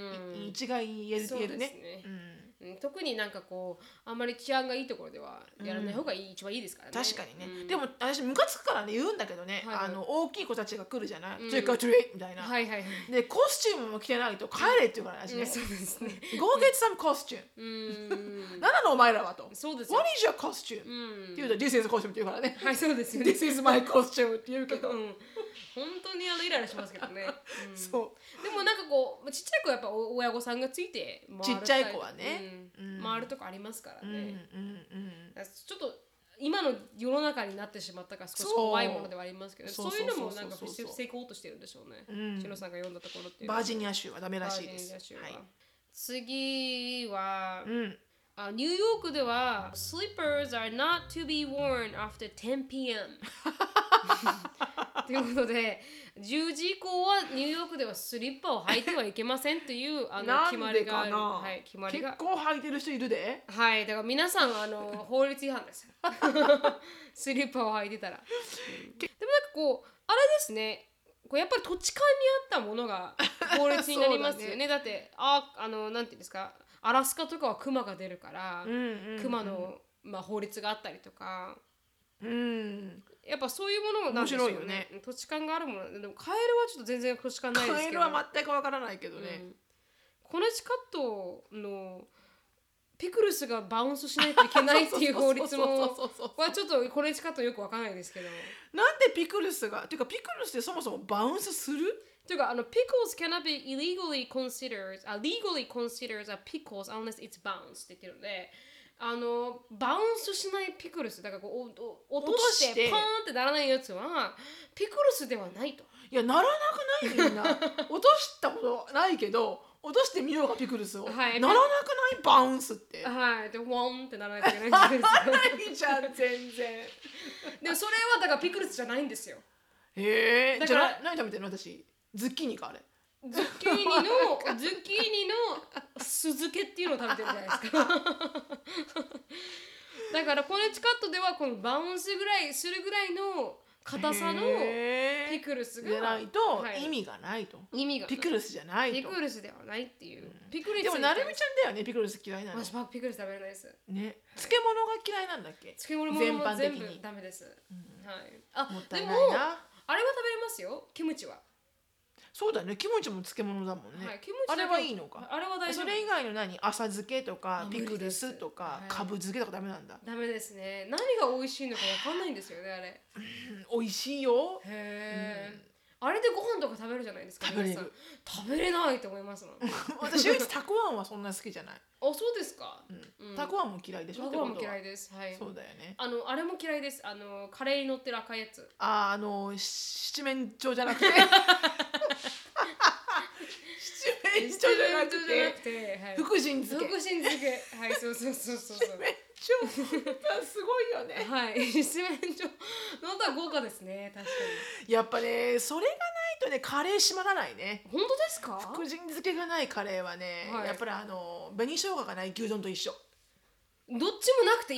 一概に言える言えるね。 特になんかこうあんまり治安がいいところではやらない方がいい、うん、一番いいですからね。 確かにね、うん、でも私ムカつくからね言うんだけどね、はいはい、あの大きい子たちが来るじゃない、トリックオアトリートみたいな、はいはいはい、でコスチュームも着てないと帰れって言うから私ね、うん、そうですねGo get some costume 何なのお前らはと、そうですよ What is your costume、うん、って言うと This is a costume って言うからね、 はいそうですよね This is my costume って言うけど、うん本当にあのイライラしますけどね、うん、 そうでもなんかこうちっちゃい子はやっぱ親御さんがついて回るちっちゃい子はね、 うんうん、回るとこありますからね、うんうんうん、ちょっと今の世の中になってしまったから少し怖いものではありますけど、そういうのもなんか防ごうとしてるんでしょうね、うん、シノさんが読んだところっていうのはバージニア州はダメらしいです。 はい、次は、うん、あニューヨークでは Slippers are not to be worn after テンピーエム ということでじゅうじ以降はニューヨークではスリッパを履いてはいけませんというあの決まりがある。はい、決まりが結構履いてる人いるで。 はい、だから皆さんあの法律違反ですスリッパを履いてたら、うん、でもなんかこうあれですね、こうやっぱり土地勘に合ったものが法律になりますよね。だ, ねだってああのなんていうんですか、アラスカとかはクマが出るから、うんうんうん、クマの、まあ、法律があったりとか、うん、やっぱそういうものなんですよね。面白いよね。土地勘があるものでもカエルはちょっと全然土地勘ないですけど、 カエルは全くわからないけどね、うん、 コネチカットのピクルスがバウンスしないといけないっていう法律もはちょっとコネチカットよくわからないですけど、 なんでピクルスがっていうかピクルスってそもそもバウンスするというかあの pickles cannot be illegally considered uh, legally considered as pickles unless it's bounced って言ってるので、あのバウンスしないピクルスだからこうお落としてパーンってならないやつはピクルスではないと。 いやならなくないみんな落としたことないけど落としてみようかピクルスを、はい、ならなくないバウンスってはいでワンってならないといけないんですよないじゃん全然でもそれはだからピクルスじゃないんですよ。 へえ、じゃあ何食べてるの私ズッキーニかあれズッキーニのズッキーニの酢漬けっていうのを食べてるじゃないですかだからコネチカットではこのバウンスぐらいするぐらいの硬さのピクルスがじゃないと意味がないと、はい、意味がピクルスじゃないとピクルスではないっていう、うん、 ピクルスでもなるみちゃんだよねピクルス嫌いなの。 私ピクルス食べれないですね。漬物が嫌いなんだっけ。 漬物も全部ダメです、うん、はい。あもったいないな。でもあれは食べれますよキムチは。 そうだね、キムチも漬物だもんね、はい、キムチあれはいいのか。 あれは大丈夫。 それ以外の何浅漬けとかピクルスとか、はい、カブ漬けとかダメなんだ。 ダメですね。何が美味しいのか分かんないんですよねあれ、 うん、美味しいよ。 へえ、うん、あれでご飯とか食べるじゃないですか。 食べれる。 食べれないと思いますもん私唯一たくあんはそんな好きじゃない。 あ、そうですか、 うん、たくあんも嫌いでしょ。 たくあんも嫌いです。はい。 そうだよね。 あのあれも嫌いです。あのカレーに乗ってる赤いやつ。 あ、あの七面鳥じゃなくて七面鳥じゃなくて、はい、福神漬け。 福神漬け。はい、そうそうそうそう。 七面鳥すごいよね。 はい、七面鳥のとは豪華ですね。確かに。やっぱね、それがないとね、カレー閉まらないね。 本当ですか？ 福神漬けがないカレーはね、はい、やっぱりあの紅生姜がない牛丼と一緒。 どっちもなくていい。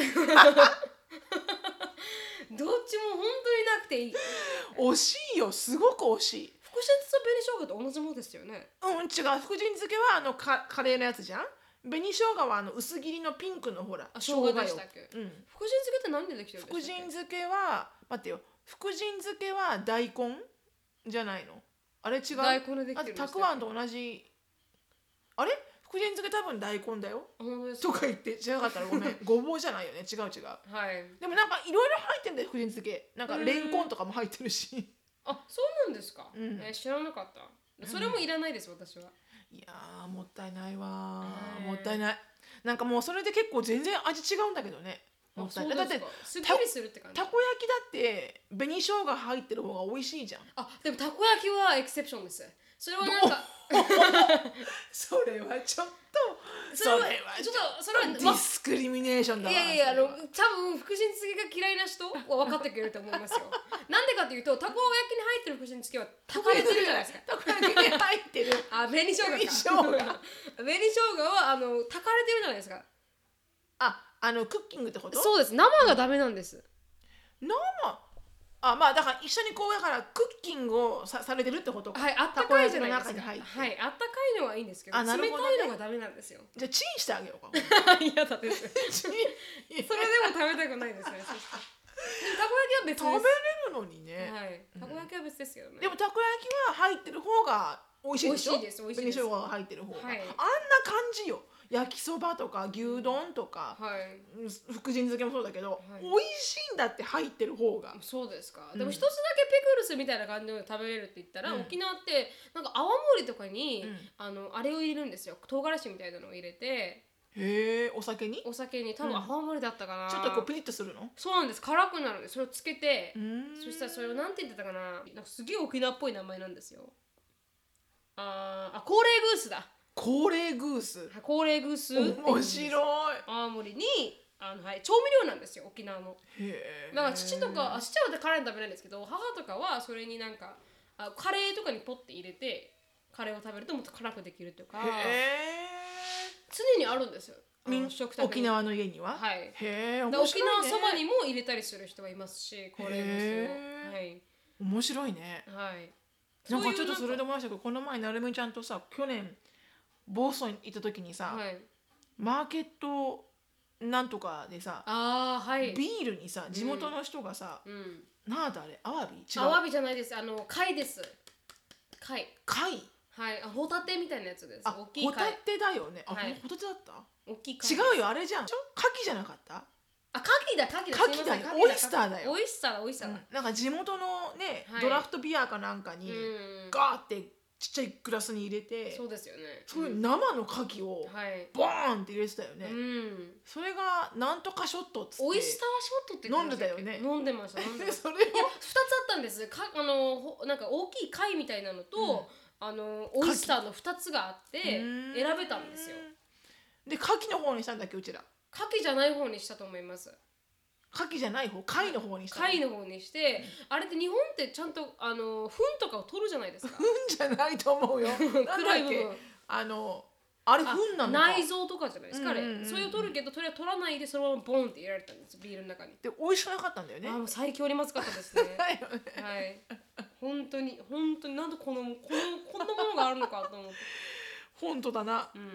どっちも本当になくていい。 惜しいよ、すごく惜しい。 福神漬と紅生姜と同じものですよね。 うん、違う。福神漬けはあのカカレーのやつじゃん。紅生姜はあの薄切りのピンクのほら生姜でしたっけ。うん。福神漬けって何でできてるんですか。 福神漬けは待ってよ。福神漬けは大根じゃないの。あれ違う。 大根でできてるんですか。 あとたくあんと同じ。あれ？福神漬け多分大根だよ。とか言って違かったらごめん。ごぼうじゃないよね。違う違う。 はい。 でもなんかいろいろ入ってんだよ福神漬け。なんかレンコンとかも入ってるし。 あ、そうなんですか、うん、えー、知らなかった。それもいらないです、うん、私は。 いやーもったいないわー、もったいない。なんかもうそれで結構全然味違うんだけどね。もったいない。だってすっきりするって感じ。 たこ焼きだって紅生姜入ってる方が美味しいじゃん。 あ、でもたこ焼きはエクセプションです。それはなんかそれはちょっとそれはちょっとそれはディスクリミネーションだわ。 いやいや、あの多分福神漬けが嫌いな人は分かってくれると思いますよ。なんでかというと、たこ焼きに入ってる福神漬けは炊かれてるじゃないですか。 たこ焼きに入ってるあ、紅生姜紅生姜紅生姜はあの炊かれてるじゃないですか。 あ、あのクッキングってこと。 そうです。生がダメなんです。 生あ、まあだから一緒にこうだからクッキングを さ, されてるってことか。 はい、あったかいじゃないですか。はい、あったかいのはいいんですけど、冷たいのがダメなんですよ。 じゃあチンしてあげようか。 嫌だです。それでも食べたくないですね。でもたこ焼きは別です。 食べれるのにね。 はい、たこ焼きは別ですけどね。 でもたこ焼きは入ってる方が美味しいでしょ。 美味しいです。美味しいです。 紅生姜が入ってる方が、 はい、 あんな感じよ。 焼きそばとか牛丼とか、 はい、 福神漬けもそうだけど、はい、美味しいんだって入ってる方が。 そうですか、うん、でも一つだけピクルスみたいな感じで食べれるって言ったら、うん、沖縄ってなんか泡盛とかに、うん、あのあれを入れるんですよ、唐辛子みたいなのを入れて。 へえ、お酒にお酒に多分泡盛だったかな、うん、 ちょっとこうピリッとするの。 そうなんです、辛くなるんで、それをつけて、そしたらそれをなんて言ってたかな、なんかすげえ沖縄っぽい名前なんですよ。ああ、高齢グースだ。 高齢グース。 高齢グース。 面白い。 青森にあの、はい、調味料なんですよ、沖縄の。へえ。だから父とか、あ、父は辛いの食べないんですけど、母とかはそれになんかあカレーとかにポッて入れてカレーを食べるともっと辛くできるとか。へえ。常にあるんですよ。 食卓に沖縄の家には。 はい。 へえ。面白いね。沖縄そばにも入れたりする人はいますし、高齢グースを。はい。 面白いね。 はい。 なんかちょっとそれで思いましたけど、この前なるみちゃんとさ、去年ボストンに行った時にさ、はい、マーケットなんとかでさ、 あ、はい、 ビールにさ、地元の人がさ、うん、なんだあれ、アワビ？違う。 アワビじゃないです、あの貝です。貝。 貝？ はい、あ、ホタテみたいなやつです。 あ、大きい貝。ホタテだよね。あ、はい、ホタテだった？ 大きい貝。 違うよ、あれじゃん。牡蠣じゃなかった？ あ、牡蠣だ、牡蠣だ。 牡蠣だよ。オイスターだよ。 オイスターだ、オイスターだ。 うん、なんか地元のね、はい、ドラフトビアかなんかにガーってちっちゃいグラスに入れて、 そうですよね。 そういう生の牡蠣をボーンって入れてたよね。うん、それがなんとかショットっつって。 オイスターショットって飲んでたよね。 飲んでました。飲んでました。 それをふたつあったんです。かあのなんか大きい貝みたいなのと、うん、あのオイスターのふたつがあって選べたんですよ。 で牡蠣の方にしたんだっけ、うちら。 牡蠣じゃない方にしたと思います。 牡蠣じゃない方、貝の方にした。 貝の方にして、うん、あれって日本ってちゃんとあの糞とかを取るじゃないですか。 糞じゃないと思うよ。黒い部分。あのあれ糞なのか。 内臓とかじゃないですか、あれ。それを取るけど、それは取らないでそのままボンって入れられたんです、ビールの中に。 で美味しくなかったんだよね。 あ、もう最強にまずかったですね。はい。本当に本当になんでこのこのこんなものがあるのかと思って。 本当だな。うん。うん、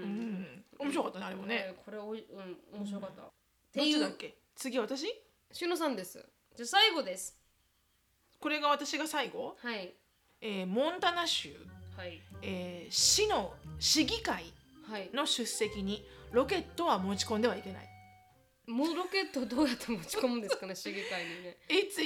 面白かったね、あれもね。 これおい、うん、面白かった。 どっちだっけ？次私？ しのさんです。じゃあ最後です。 これが私が最後？ はい。 えー、モンタナ州、はい、えー、市の市議会の出席にロケットは持ち込んではいけない。 もうロケットをどうやって持ち込むんですかね、市議会にね。 It's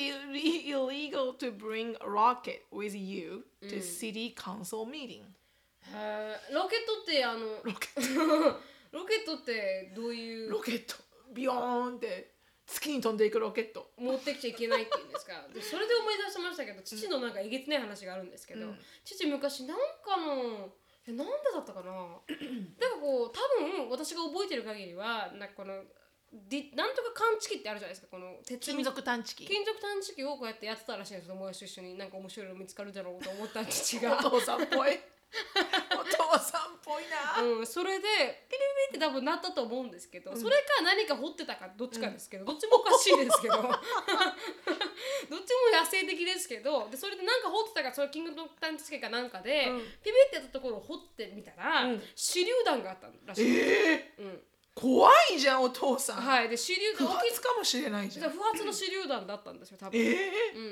illegal to bring a rocket with you to city council meeting、 うん、へー、ロケットってあのロケットロケットってどういう？ ロケットビヨーンって月に飛んでいくロケット持ってきちゃいけないって言うんですか。でそれで思い出しましたけど、父のなんかえげつない話があるんですけど、うん、父昔なんかのえなんでだったかな。なんかこう多分私が覚えてる限りはなんかこのディなんとか感知器ってあるじゃないですか、この鉄金属探知機金属探知機をこうやってやってたらしいんですよ、友達と一緒に。なんか面白いの見つかるだろうと思った父がお父さんっぽいお父さんっぽいな、 うん、それでピリピリって多分なったと思うんですけど、うん、それか何か掘ってたかどっちかですけど、うん、どっちもおかしいですけどどっちも野生的ですけど、でそれで何か掘ってたか、それ金属探知機かなんかで、うん、ピピってやったところを掘ってみたら、うん、手榴弾があったらしい。えー、うん、 怖いじゃんお父さん。 はい、で手榴弾不発かもしれないじゃん。 不発の手榴弾だったんですよ多分。えー、うん、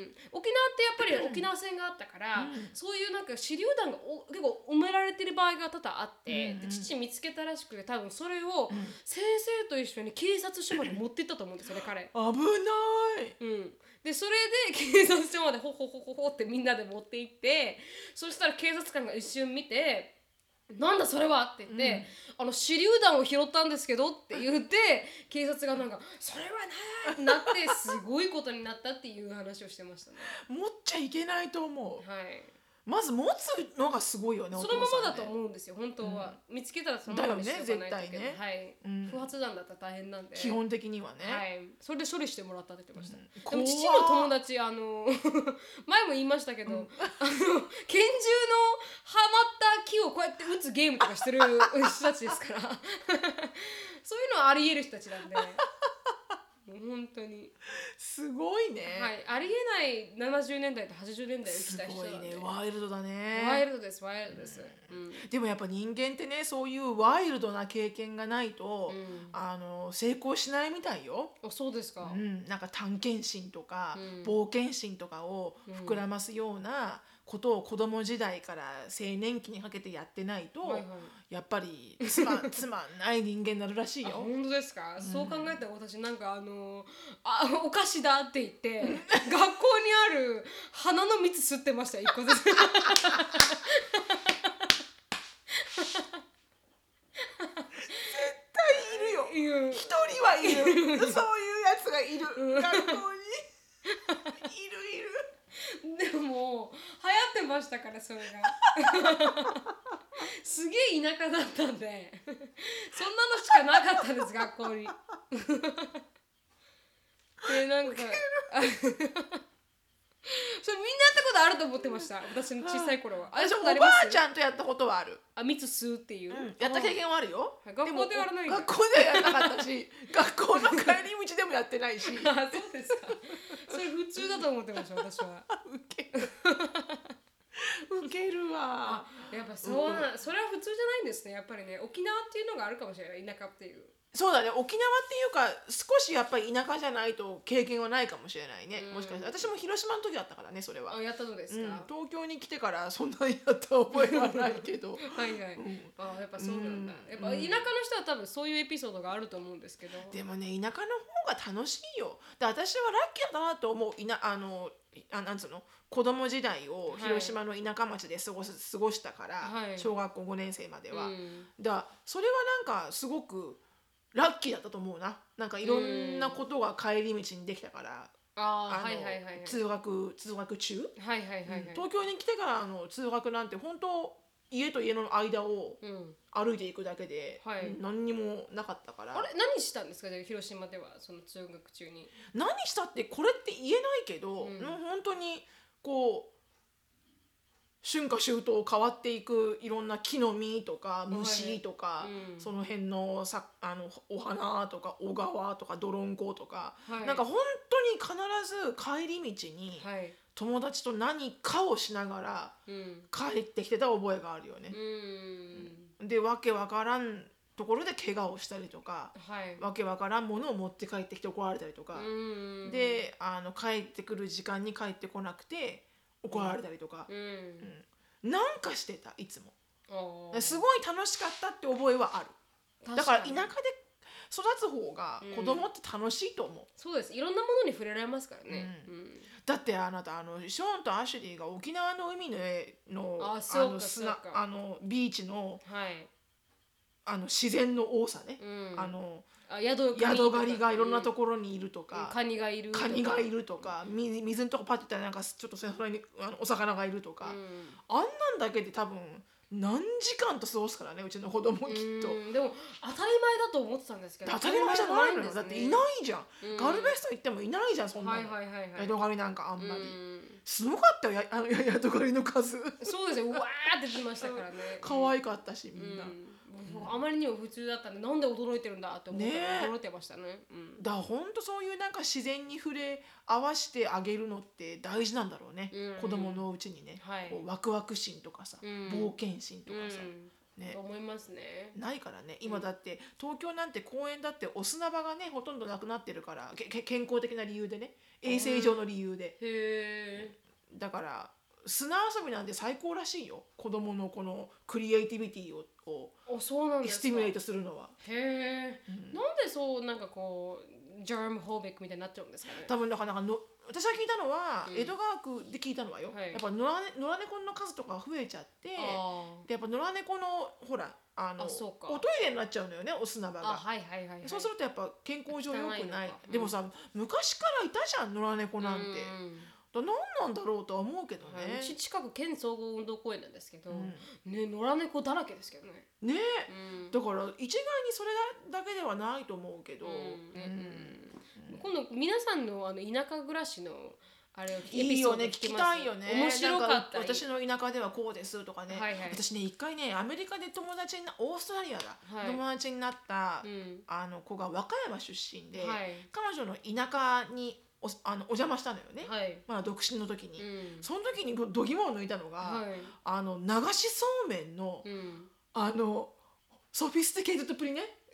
沖縄ってやっぱり沖縄戦があったから、うん、そういうなんか手榴弾がお結構埋められてる場合が多々あって、うん、で父見つけたらしくて、多分それを先生と一緒に警察署まで持ってったと思うんですよね彼。 危ない。 うん。でそれで警察署までホホホホホってみんなで持って行って、そしたら警察官が一瞬見て。なんだそれはって言って、うん、あの手榴弾を拾ったんですけどって言って警察がなんかそれはないってなってすごいことになったっていう話をしてましたね。 持っちゃいけないと思う。 はい。 まず持つのがすごいよね。 そのままだと思うんですよ本当は、うん、見つけたらそのままにしとかないといけない、ね、はい、うん、不発弾だったら大変なんで基本的にはね、 はい、それで処理してもらったって言ってました、うん、でも父の友達あの前も言いましたけど、うん、あの拳銃のはまった木をこうやって撃つゲームとかしてる人たちですからそういうのはあり得る人たちなんでもう本当にすごいね。 はい、ありえないななじゅうねんだいとはちじゅうねんだいを生きた人なんで。 すごいね、ワイルドだね。 ワイルドですワイルドです、うんうん、 でもやっぱ人間ってね、そういうワイルドな経験がないと、うん、あの成功しないみたいよ。 あ、そうですか、 うん、なんか探検心とか、うん、冒険心とかを膨らますようなことを子供時代から青年期にかけてやってないと、 はいはい、 やっぱりつまつまんない人間になるらしいよ。 本当ですか、うん、そう考えたら私なんかあのあお菓子だって言って学校にある花の蜜吸ってました、一個ずつ絶対いるよ、一人はいるそういうやつがいる、学校にいるいるでも流行ってましたから、それがすげえ田舎だったんでそんなのしかなかったです、学校にでなんかそれみんなやったことあると思ってました、私の小さい頃は。 私おばあちゃんとやったことはある。 あ、蜜吸うっていう、うん、 やった経験はあるよ。 学校でやらないんだ。 学校ではやらなかったし学校の帰り道でもやってないしあ、そうですか。それ普通だと思ってました、私は。 ウケるウケるわ。 やっぱそうな、うん、それは普通じゃないんですね、やっぱりね。沖縄っていうのがあるかもしれない、田舎っていう。 そうだね、沖縄っていうか少しやっぱり田舎じゃないと経験はないかもしれないね、うん、もしかして。私も広島の時だったからね、それは。 あ、やったのですか、うん、 東京に来てからそんなにやった覚えはないけどはいはい、うん、あ、やっぱそうなんだ、うん、やっぱ田舎の人は多分そういうエピソードがあると思うんですけど、 でもね、田舎の方が楽しいよ。で、私はラッキーだなと思う。いなあのあなんつうの、子供時代を広島の田舎町で過ごす、はい、過ごしたから、はい、小学校ごねん生までは、うん、だそれはなんかすごくラッキーだったと思うな。なんかいろんなことが帰り道にできたから、 ああの、はいはいはいはい、 通学通学中、 はいはいはいはい、 うん、東京に来てからの通学なんて本当家と家の間を歩いていくだけで、うん、はい、何にもなかったから。 あれ、何したんですか、広島では、その通学中に。 何したってこれって言えないけど、うん、もう本当にこう春夏秋冬変わっていくいろんな木の実とか虫とか、はいはい、うん、その辺のさあのお花とか小川とか泥んことか、はい、なんか本当に必ず帰り道に友達と何かをしながら帰ってきてた覚えがあるよね。うん、で、わけわからんところで怪我をしたりとか、はい、わけわからんものを持って帰ってきて怒られたりとか、うん、であの帰ってくる時間に帰ってこなくて怒られたりとか、うんうん、なんかしてた、いつも。すごい楽しかったって覚えはある。だから田舎で育つ方が子供って楽しいと思う、うん、 そうです。いろんなものに触れられますからね、うんうん、 だってあなたあのショーンとアシュリーが沖縄の海の絵のああの砂あのビーチの、はい、あの自然の多さね、うん、あのあ宿狩りがいろんなところにいるとか、 うん、カニがいるとかカニがいるとか、水, 水のとこパッていったらなんかちょっとそれにあのお魚がいるとか、うん、あんなんだけで多分何時間と過ごすからね、うちの子供きっと。 うん、でも当たり前だと思ってたんですけど、 当たり前じゃないのよ、ね、だっていないじゃん、うん、ガルベスト行ってもいないじゃん、そんなの、はいはいはいはい、宿狩りなんかあんまり、うん、すごかったよ、やあの宿狩りの数。 そうですよ、うわーって出ましたからね可愛かったしみんな、うんうん、あまりにも普通だったんで、なんで驚いてるんだって思って驚いてましたね、うん、 だからほんとそういうなんか自然に触れ合わせてあげるのって大事なんだろうね、うんうん、子供のうちにね、はい、こうワクワク心とかさ、うん、冒険心とかさ、 うんね、と思いますね。 ないからね今だって、うん、東京なんて公園だってお砂場がねほとんどなくなってるから、け健康的な理由でね、衛生上の理由で、うん、へー、だから砂遊びなんて最高らしいよ、子供のこのクリエイティビティををスティミュレートするのは。 へえ、うん、なんでそうなんかこうジャームホーベックみたいになっちゃうんですかね。 多分だからなんかの私が聞いたのは、うん、江戸川区で聞いたのはよ、はい、やっぱ野良猫の数とか増えちゃって、でやっぱ野良猫のほらあのあおトイレになっちゃうのよね、お砂場が。あ、はいはいはいはい、そうするとやっぱ健康上良くない。うん、でもさ昔からいたじゃん野良猫なんて。うん、何なんだろうとは思うけどね。 うち近く県総合運動公園なんですけど、うん、ね、野良猫だらけですけどね。 ねえ、うん、だから一概にそれだけではないと思うけど、うんうんうん、今度皆さんのあの田舎暮らしのあれをいいよね、聞きたいよね。 面白かった。 私の田舎ではこうですとかね、はいはい、私ね一回ねアメリカで友達になオーストラリアだ、はい、友達になった、うん、あの子が和歌山出身で、はい、彼女の田舎にお, あのお邪魔したのよね、はい、まあ独身の時に、うん、その時に度肝を抜いたのが、はい、あの流しそうめんの、うん、あのソフィスティケートっぷりね、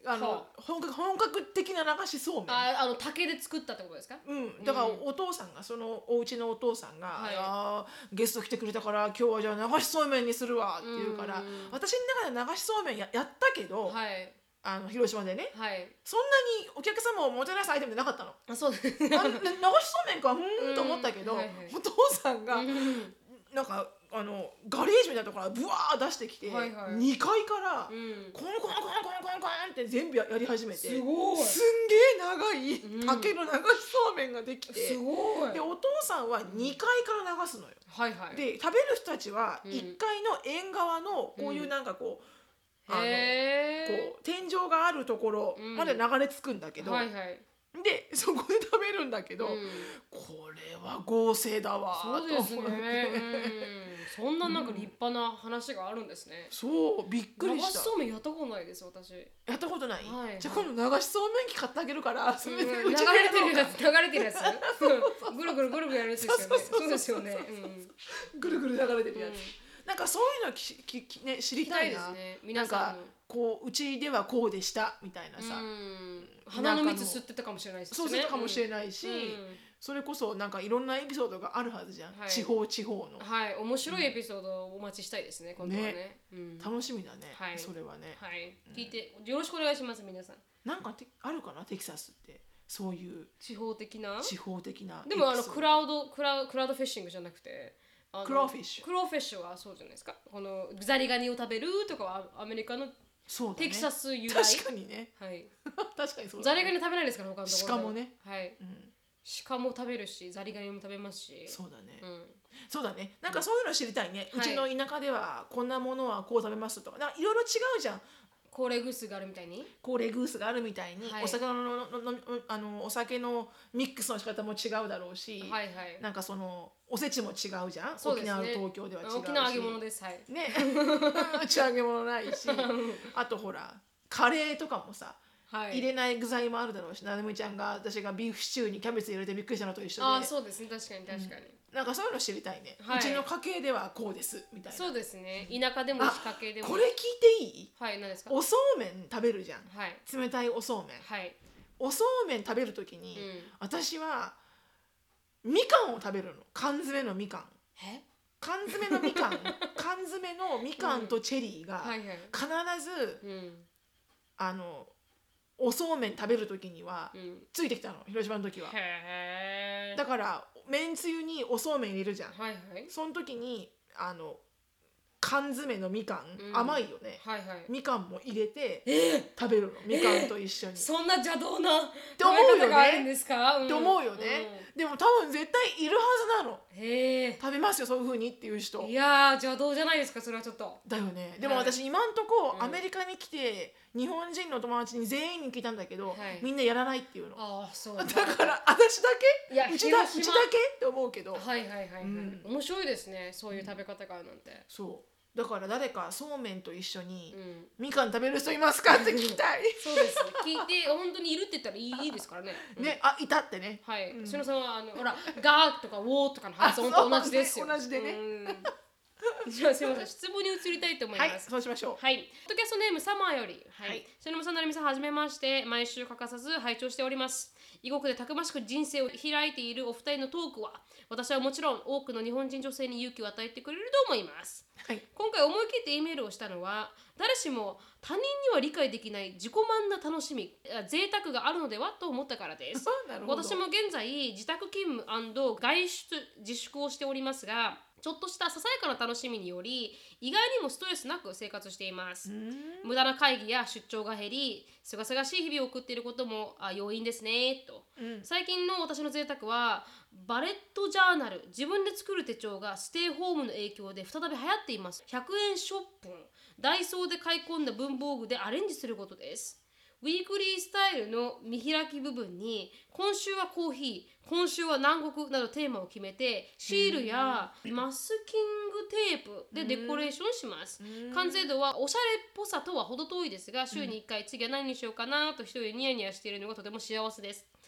あの、はあ、本格本格的な流しそうめん。 ああの竹で作ったってことですか？ うん。だからお父さんがそのお家のお父さんが、はい、あゲスト来てくれたから今日はじゃあ流しそうめんにするわって言うから、私の中で流しそうめん や, やったけど、はい、あの広島でね、はい、そんなにお客様をもてなすアイテムなかったの。 あ、そうですね。流しそうめんかふーんと思ったけど、はいはい、お父さんがなんかあのガレージみたいなところからブワー出してきて、はいはい、にかいから、うん、コンコンコンコンコンコンって全部 や, やり始めて、すごいすんげえ長い竹の流しそうめんができて、すごいでお父さんはにかいから流すのよ、はいはい、で食べる人たちはいっかいの縁側のこういうなんかこう、うん、あのこう天井があるところまで流れ着くんだけど、うんはいはい、でそこで食べるんだけど、うん、これは豪勢だわと思って。 そうですね、うんそんななんか立派な話があるんですね。 うん、そうびっくりした。 流しそうめんやったことないです私。 やったことない。はいはい、じゃあ今度流しそうめん機買ってあげるから、それで流れてるやつ流れてるやつ。ぐるぐるぐるぐるやるやつですよね。そうですよね。 ぐるぐる流れてるやつ。うん、なんかそういうのきききね知りたいな。いですね。皆さんなんかこううちではこうでしたみたいなさ。うん鼻の蜜吸ってたかもしれないですね。 そう吸ってたかもしれないし。うんそれこそなんかいろんなエピソードがあるはずじゃん、はい、地方地方のはい面白いエピソードをお待ちしたいですね、うん、今度はね、ねうん、楽しみだね、はい、それはね、 はい、うん、聞いてよろしくお願いします皆さん。 なんかてあるかなテキサスってそういう地方的な地方的なでもあのクラウドクラクラウドフィッシングじゃなくてクローフィッシュクローフィッシュはそうじゃないですか。このザリガニを食べるとかはアメリカのそうだ、ね、テキサス由来確かにね、 はい、 確かにそうだ、ね、 ザリガニ食べないですから他のところでしかもねはい、うん鹿も食べるしザリガニも食べますし。 そうだね、うん、そうだねなんかそういうの知りたいね、うん、うちの田舎ではこんなものはこう食べますとかいろいろ違うじゃん。 高齢グースがあるみたいに高齢グースがあるみたいに、はい、お酒のののあのお酒のミックスの仕方も違うだろうし、はいはい、なんかそのおせちも違うじゃん、ね、沖縄東京では違うし沖縄揚げ物ですはいねうち揚げ物ないしあとほらカレーとかもさはい、入れない具材もあるだろうし、ななみちゃんが私がビーフシチューにキャベツ入れてびっくりしたのと一緒で、 あそうですね確かに確かに、 うん、なんかそういうの知りたいね、はい、うちの家系ではこうですみたいな。 そうですね田舎でも家系でも。 これ聞いていい？ はい何ですか？ おそうめん食べるじゃん、はい、冷たいおそうめん、はい、おそうめん食べるときに、うん、私はみかんを食べるの。缶詰のみかんえ缶詰のみかん缶詰のみかんとチェリーが必ず、うんはいはい、あのおそうめん食べる時にはついてきたの、うん、広島の時は。へーだからめんつゆにおそうめん入れるじゃん、はいはい、その時にあの缶詰のみかん、うん、甘いよね、はいはい、みかんも入れて食べるの、みかんと一緒に、 えー、そんな邪道な食べ方があるんですか？ って思うよね、うん、でも多分絶対いるはずなの。へー食べますよそういう風にっていう人。 いやー邪道じゃないですかそれはちょっと。 だよね。でも私今んとこアメリカに来て日本人の友達に全員に聞いたんだけど、はい、みんなやらないっていうの。あそうだから私だけいやうちだうちだけって思うけど。 はいはいはいはい、うん、面白いですねそういう食べ方があるなんて、うん、 そうだから誰かそうめんと一緒に、うん、みかん食べる人いますかって聞きたいそうです聞いて本当にいるって言ったらいい、いいですからね、 うん、ねあいたってねはい、うん、しのさんはあのほらガーとかウォーとかの発音と同じですよ、 ね、同じでねじゃあすみません質問に移りたいと思います。はい、 そうしましょう。 はい、ポッドキャストネームサマーより、はい、しのむさんなるみさんはじめまして、毎週欠かさず拝聴しております。異国でたくましく人生を開いているお二人のトークは、私はもちろん多くの日本人女性に勇気を与えてくれると思います。はい、今回思い切って E メールをしたのは、誰しも他人には理解できない自己満な楽しみ、贅沢があるのではと思ったからです。私も現在自宅勤務&外出自粛をしておりますが、ちょっとしたささやかな楽しみにより意外にもストレスなく生活しています。無駄な会議や出張が減りすがすがしい日々を送っていることもあ要因ですねと、うん、最近の私の贅沢はバレットジャーナル、自分で作る手帳がステイホームの影響で再び流行っています。ひゃくえんショップダイソーで買い込んだ文房具でアレンジすることです。ウィークリースタイルの見開き部分に今週はコーヒー、今週は南国などテーマを決めてシールやマスキングテープでデコレーションします。完成度はおしゃれっぽさとは程遠いですが、週にいっかい次は何にしようかなと一人でニヤニヤしているのがとても幸せです。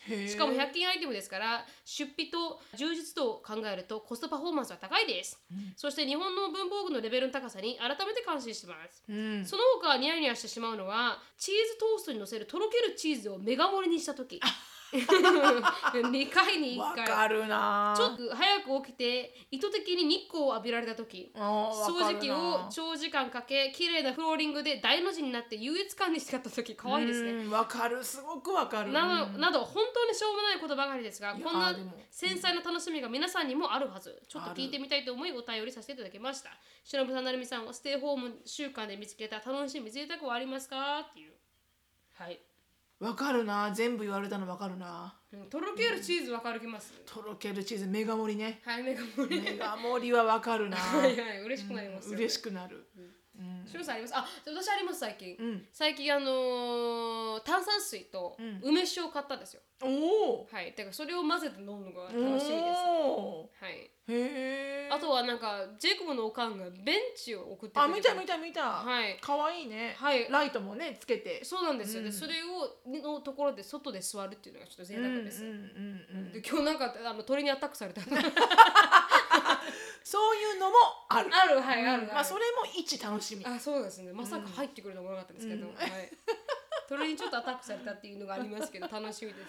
しかもひゃく均アイテムですから出費と充実度を考えるとコストパフォーマンスは高いです、うん、そして日本の文房具のレベルの高さに改めて感心してます、うん、その他ニヤニヤしてしまうのはチーズトーストに乗せるとろけるチーズをメガ盛りにした時にかいにいっかいわかるな。 ちょっと早く起きて意図的に日光を浴びられた時掃除機を長時間かけ綺麗なフローリングで大の字になって優越感に使った時可愛いですね。 わかる、すごくわかる。 などなど本当にしょうもないことばかりですが、こんな繊細な楽しみが皆さんにもあるはず。ちょっと聞いてみたいと思いお便りさせていただきました。しのぶさん、なるみさんはステイホーム週間で見つけた楽しみ贅沢はありますかっていう。はい、 わかるな。全部言われたのわかるな、 うん、とろけるチーズわかるきます、 うん、とろけるチーズメガ盛りね。 はい、メガ盛りメガ盛りはわかるなはいはい、嬉しくなりますよ、ね、 うん、嬉しくなる、うんしのさんあります。あ、私あります最近、 うん、 最近あのー、炭酸水と梅酒を買ったんですよ、 うん、おお、 はい、だからそれを混ぜて飲むのが楽しみです。はい。 へえ。 あとはなんかジェイコブのおかんがベンチを送ってくれて、 あ、見た見た見た。 はい。 可愛いね。 はい。 ライトもねつけて。 そうなんですよ。うん、でそれをのところで外で座るっていうのがちょっと贅沢です。うんうんうんうん、で今日なんかあの鳥にアタックされた。 そういうのもある。 ある、はい、ある、うん、 まあそれも一楽しみ。 あ、そうですね。まさか入ってくるのもなかったんですけど、うん、はい。鳥にちょっとアタックされたっていうのがありますけど楽しみです。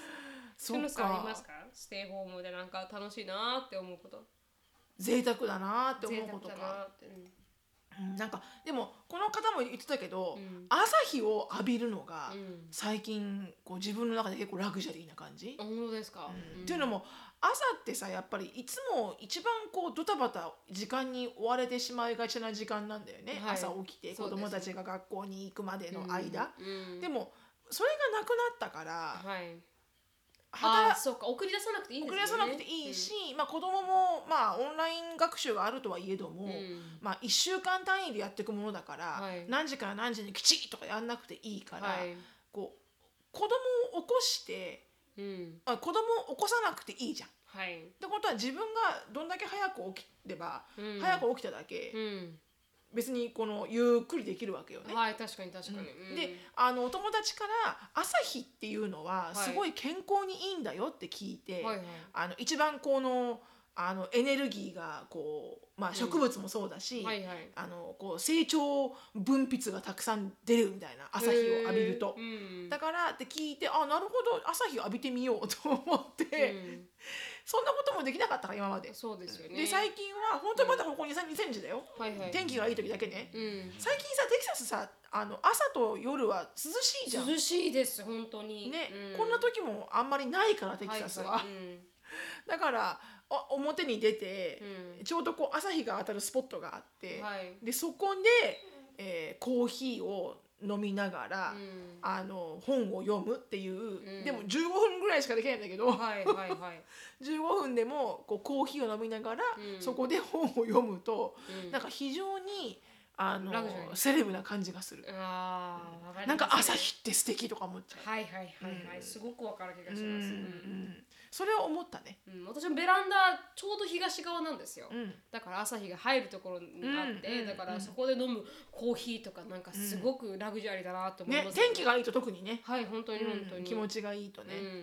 しのさんありますか？ステイホームでなんか楽しいなって思うこと。 贅沢だなって思うことか。うん、なんかでもこの方も言ってたけど、うん、朝日を浴びるのが最近こう自分の中で結構ラグジュアリーな感じ。 本当ですか？ うん、っていうのも朝ってさやっぱりいつも一番こうドタバタ時間に追われてしまいがちな時間なんだよね、はい、朝起きて子供たちが学校に行くまでの間、うんうん、でもそれがなくなったから、はい、 ああ、そうか、送り出さなくていいんですよね。 送り出さなくていいし、うん、まあ子供もまあオンライン学習があるとはいえども、うん、まあいっしゅうかん単位でやっていくものだから、はい、何時から何時にきちっとかやんなくていいから、はい、こう子供を起こして、うん、あ子供を起こさなくていいじゃん。はい、ってことは自分がどんだけ早く起きれば、うん、早く起きただけ、うん、別にこのゆっくりできるわけよね。 はい、確かに確かに。 うん、で、あのお友達から朝日っていうのはすごい健康にいいんだよって聞いて、はいはい、あの一番このあのエネルギーがこう、まあ、植物もそうだし、うんはいはい、あのこう成長分泌がたくさん出るみたいな朝日を浴びると、うん、だからって聞いて、あ、なるほど朝日を浴びてみようと思って、うん、そんなこともできなかったから今まで。 そうですよね。 で最近は本当にまだここに、さん、にセンチだよ、はいはい、天気がいい時だけね、うん、最近さテキサスさあの朝と夜は涼しいじゃん。 涼しいです本当にね、うん、こんな時もあんまりないからテキサスは、はいはい、うん、だから表に出て、うん、ちょうどこう朝日が当たるスポットがあって、はい、でそこで、えー、コーヒーを飲みながら、うん、あの本を読むっていう、うん、でもじゅうごふんぐらいしかできないんだけど、はいはいはい、じゅうごふんでもこうコーヒーを飲みながら、うん、そこで本を読むと、うん、なんか非常にあのセレブな感じがする。あ、わかりますね。なんか朝日って素敵とか思っちゃう。 はいはいはいはい、うん、すごくわかる気がします。うんうん、 それを思ったね。 うん、私もベランダちょうど東側なんですよ。うん、だから朝日が入るところにあって、うんうん、だからそこで飲むコーヒーとかなんかすごくラグジュアリーだなと思います、 ね。ね、天気がいいと特にね。 はい、本当に本当に、 うん、気持ちがいいとね。うんうんうん。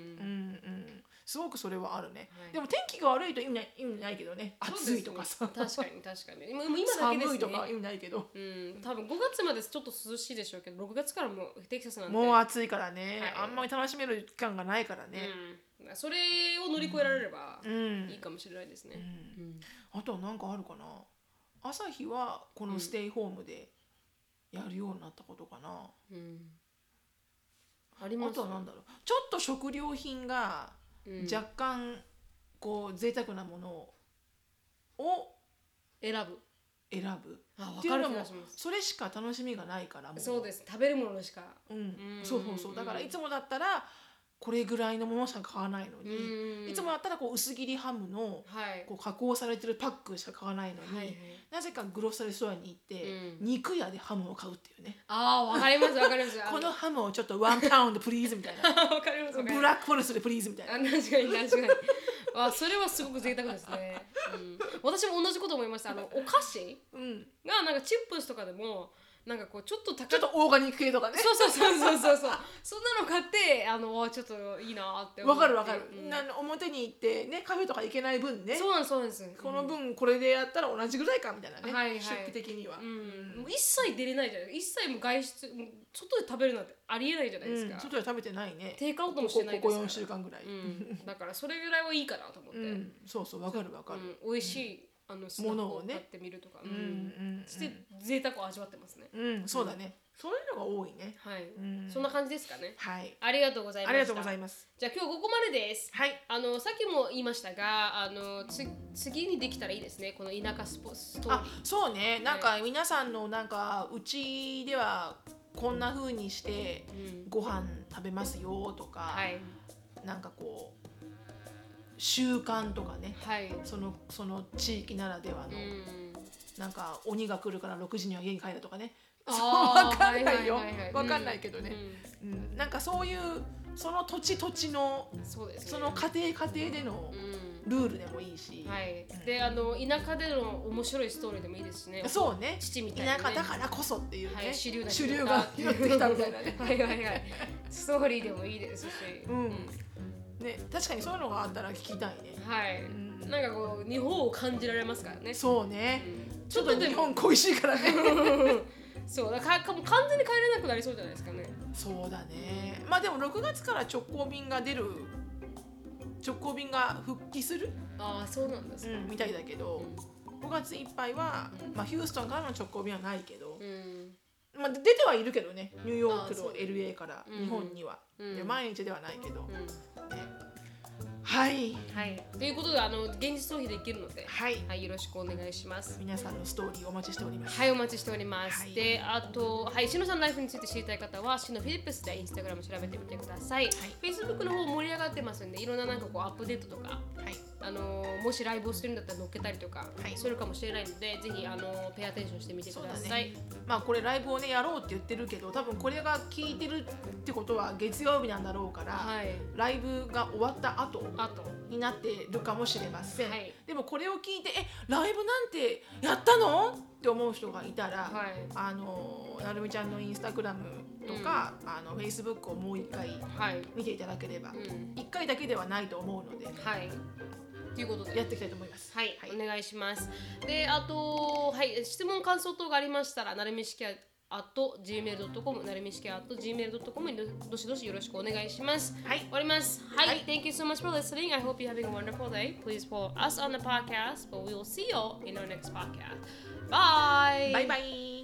すごくそれはあるね、はい、でも天気が悪いと意味ない、意味ないけどね、暑いとかさ、 ね、確かに確かに今、今だけですね、 寒いとか意味ないけど、 うん、多分ごがつまでちょっと涼しいでしょうけどろくがつからもうテキサスなんてもう暑いからね、はい、あんまり楽しめる期間がないからね、 うん、それを乗り越えられればいいかもしれないですね、 うんうんうん、あとは何かあるかな。朝日はこのステイホームでやるようになったことかな、うん、あります。あとは何だろう、ちょっと食料品が若干こう贅沢なものを選ぶ選ぶあ、 っていうのもそれしか楽しみがないからもうそうです、食べるものしか、 うん、うんそうそうそう、だからいつもだったらこれぐらいのものしか買わないのに、いつもだったらこう薄切りハムのこう加工されてるパックしか買わないのに、はいはい、なぜかグロッサリーストアに行って、うん、肉屋でハムを買うっていうね。 ああ、わかりますわかりますこのハムをちょっとワンパウンドプリーズみたいなわかりますブラックフォレストでプリーズみたいな。 あ、確かに確かにあ、それはすごく贅沢ですね、うん、私も同じこと思いました。あのお菓子、うん、がなんかチップスとかでもなんかこうちょっと高ちょっとオーガニック系とかね。 そうそうそうそうそうそうそんなの買ってあのちょっといいなって思わって。 かるわかる、 うん、 な表に行ってねカフェとか行けない分ね。 そうなんですそうなんです。 この分これでやったら同じぐらいかみたいなね、 はいはい、 出費的には、 うん、もう一切出れないじゃないですか。一切も外出もう外で食べるなんてありえないじゃないですか、 うん、外で食べてないね。 テイクアウトもしてないですから。 ここよんしゅうかんぐらい、 うん、だからそれぐらいはいいかなと思って、うん、 そうそうわかるわかる、 うん、美味しい、あのものを買ってみるとか、うんうんうん、して贅沢を味わってますね。 うん、そうだね、そういうのが多いね。 はい、うん、そんな感じですかね。 はい、 ありがとうございました。 ありがとうございます。 じゃあ今日ここまでです。 はい。 あのさっきも言いましたが、あのつ次にできたらいいですね。この田舎スポストーリー。 あ、そうね。なんか皆さんのなんかうちではこんな風にしてご飯食べますよとか、はい、なんかこう習慣とかね、はい、そのその地域ならではの、うん、なんか鬼が来るからろくじには家に帰るとかね。わかんないよ。わかんないけどね、うんうん。なんかそういうその土地土地の そ,、ね、その家庭家庭でのルールでもいいし、 うん、はい、うん、であの田舎での面白いストーリーでもいいですしね。 そうね。 父みたいな、ね、 田舎だからこそっていうね、はい、 主流主流が拾ってきたみたいなね。 はいはいはい。ストーリーでもいいですし、 うん。ね、確かにそういうのがあったら聞きたいね。 はい、うん、なんかこう日本を感じられますからね。 そうね、うん、ちょっと日本恋しいからね。 そうだからかもう完全に帰れなくなりそうじゃないですかね。 そうだね。まあでもろくがつから直行便が出る直行便が復帰するああそうなんですか、 うん、みたいだけど、うん、ごがついっぱいは、うん、まあ、ヒューストンからの直行便はないけど、うん、まあ、出てはいるけどね、ニューヨークと エルエー から日本には、うん、毎日ではないけど、うんね、はい、 はい、ということであの現実逃避できるので、 はいはい、よろしくお願いします。 皆さんのストーリーお待ちしております。 はい、お待ちしております。はい、で、あと、はい、しのさんのライフについて知りたい方は、しのフィリップスでインスタグラム調べてみてください。はい、Facebook の方盛り上がってますんで、いろんななんかこうアップデートとか、はい、あのもしライブをするんだったら載っけたりとか、はい、するかもしれないので、ぜひあのペアテンションしてみてください。ね、 まあこれライブをねやろうって言ってるけど、多分これが聞いてるってことは月曜日なんだろうから、はい、ライブが終わった後になってるかもしれません。はい、でもこれを聞いてえライブなんてやったのって思う人がいたら、はい、あのなるみちゃんのインスタグラムとか、うん、あのフェイスブックをもう一回見ていただければ、はい、うん、一回だけではないと思うので。はい、 ということでやっていきたいと思います。 はい、はい、お願いします。で、あと、はい、質問感想等がありましたら、なるみしきアット ジーメールドットコム なるみしき アット ジーメールドットコム にどしどしよろしくお願いします。はい、終わります。はい、はい、Thank you so much for listening. I hope you're having a wonderful day. Please follow us on the podcast, but we will see you in our next podcast. Bye. Bye bye.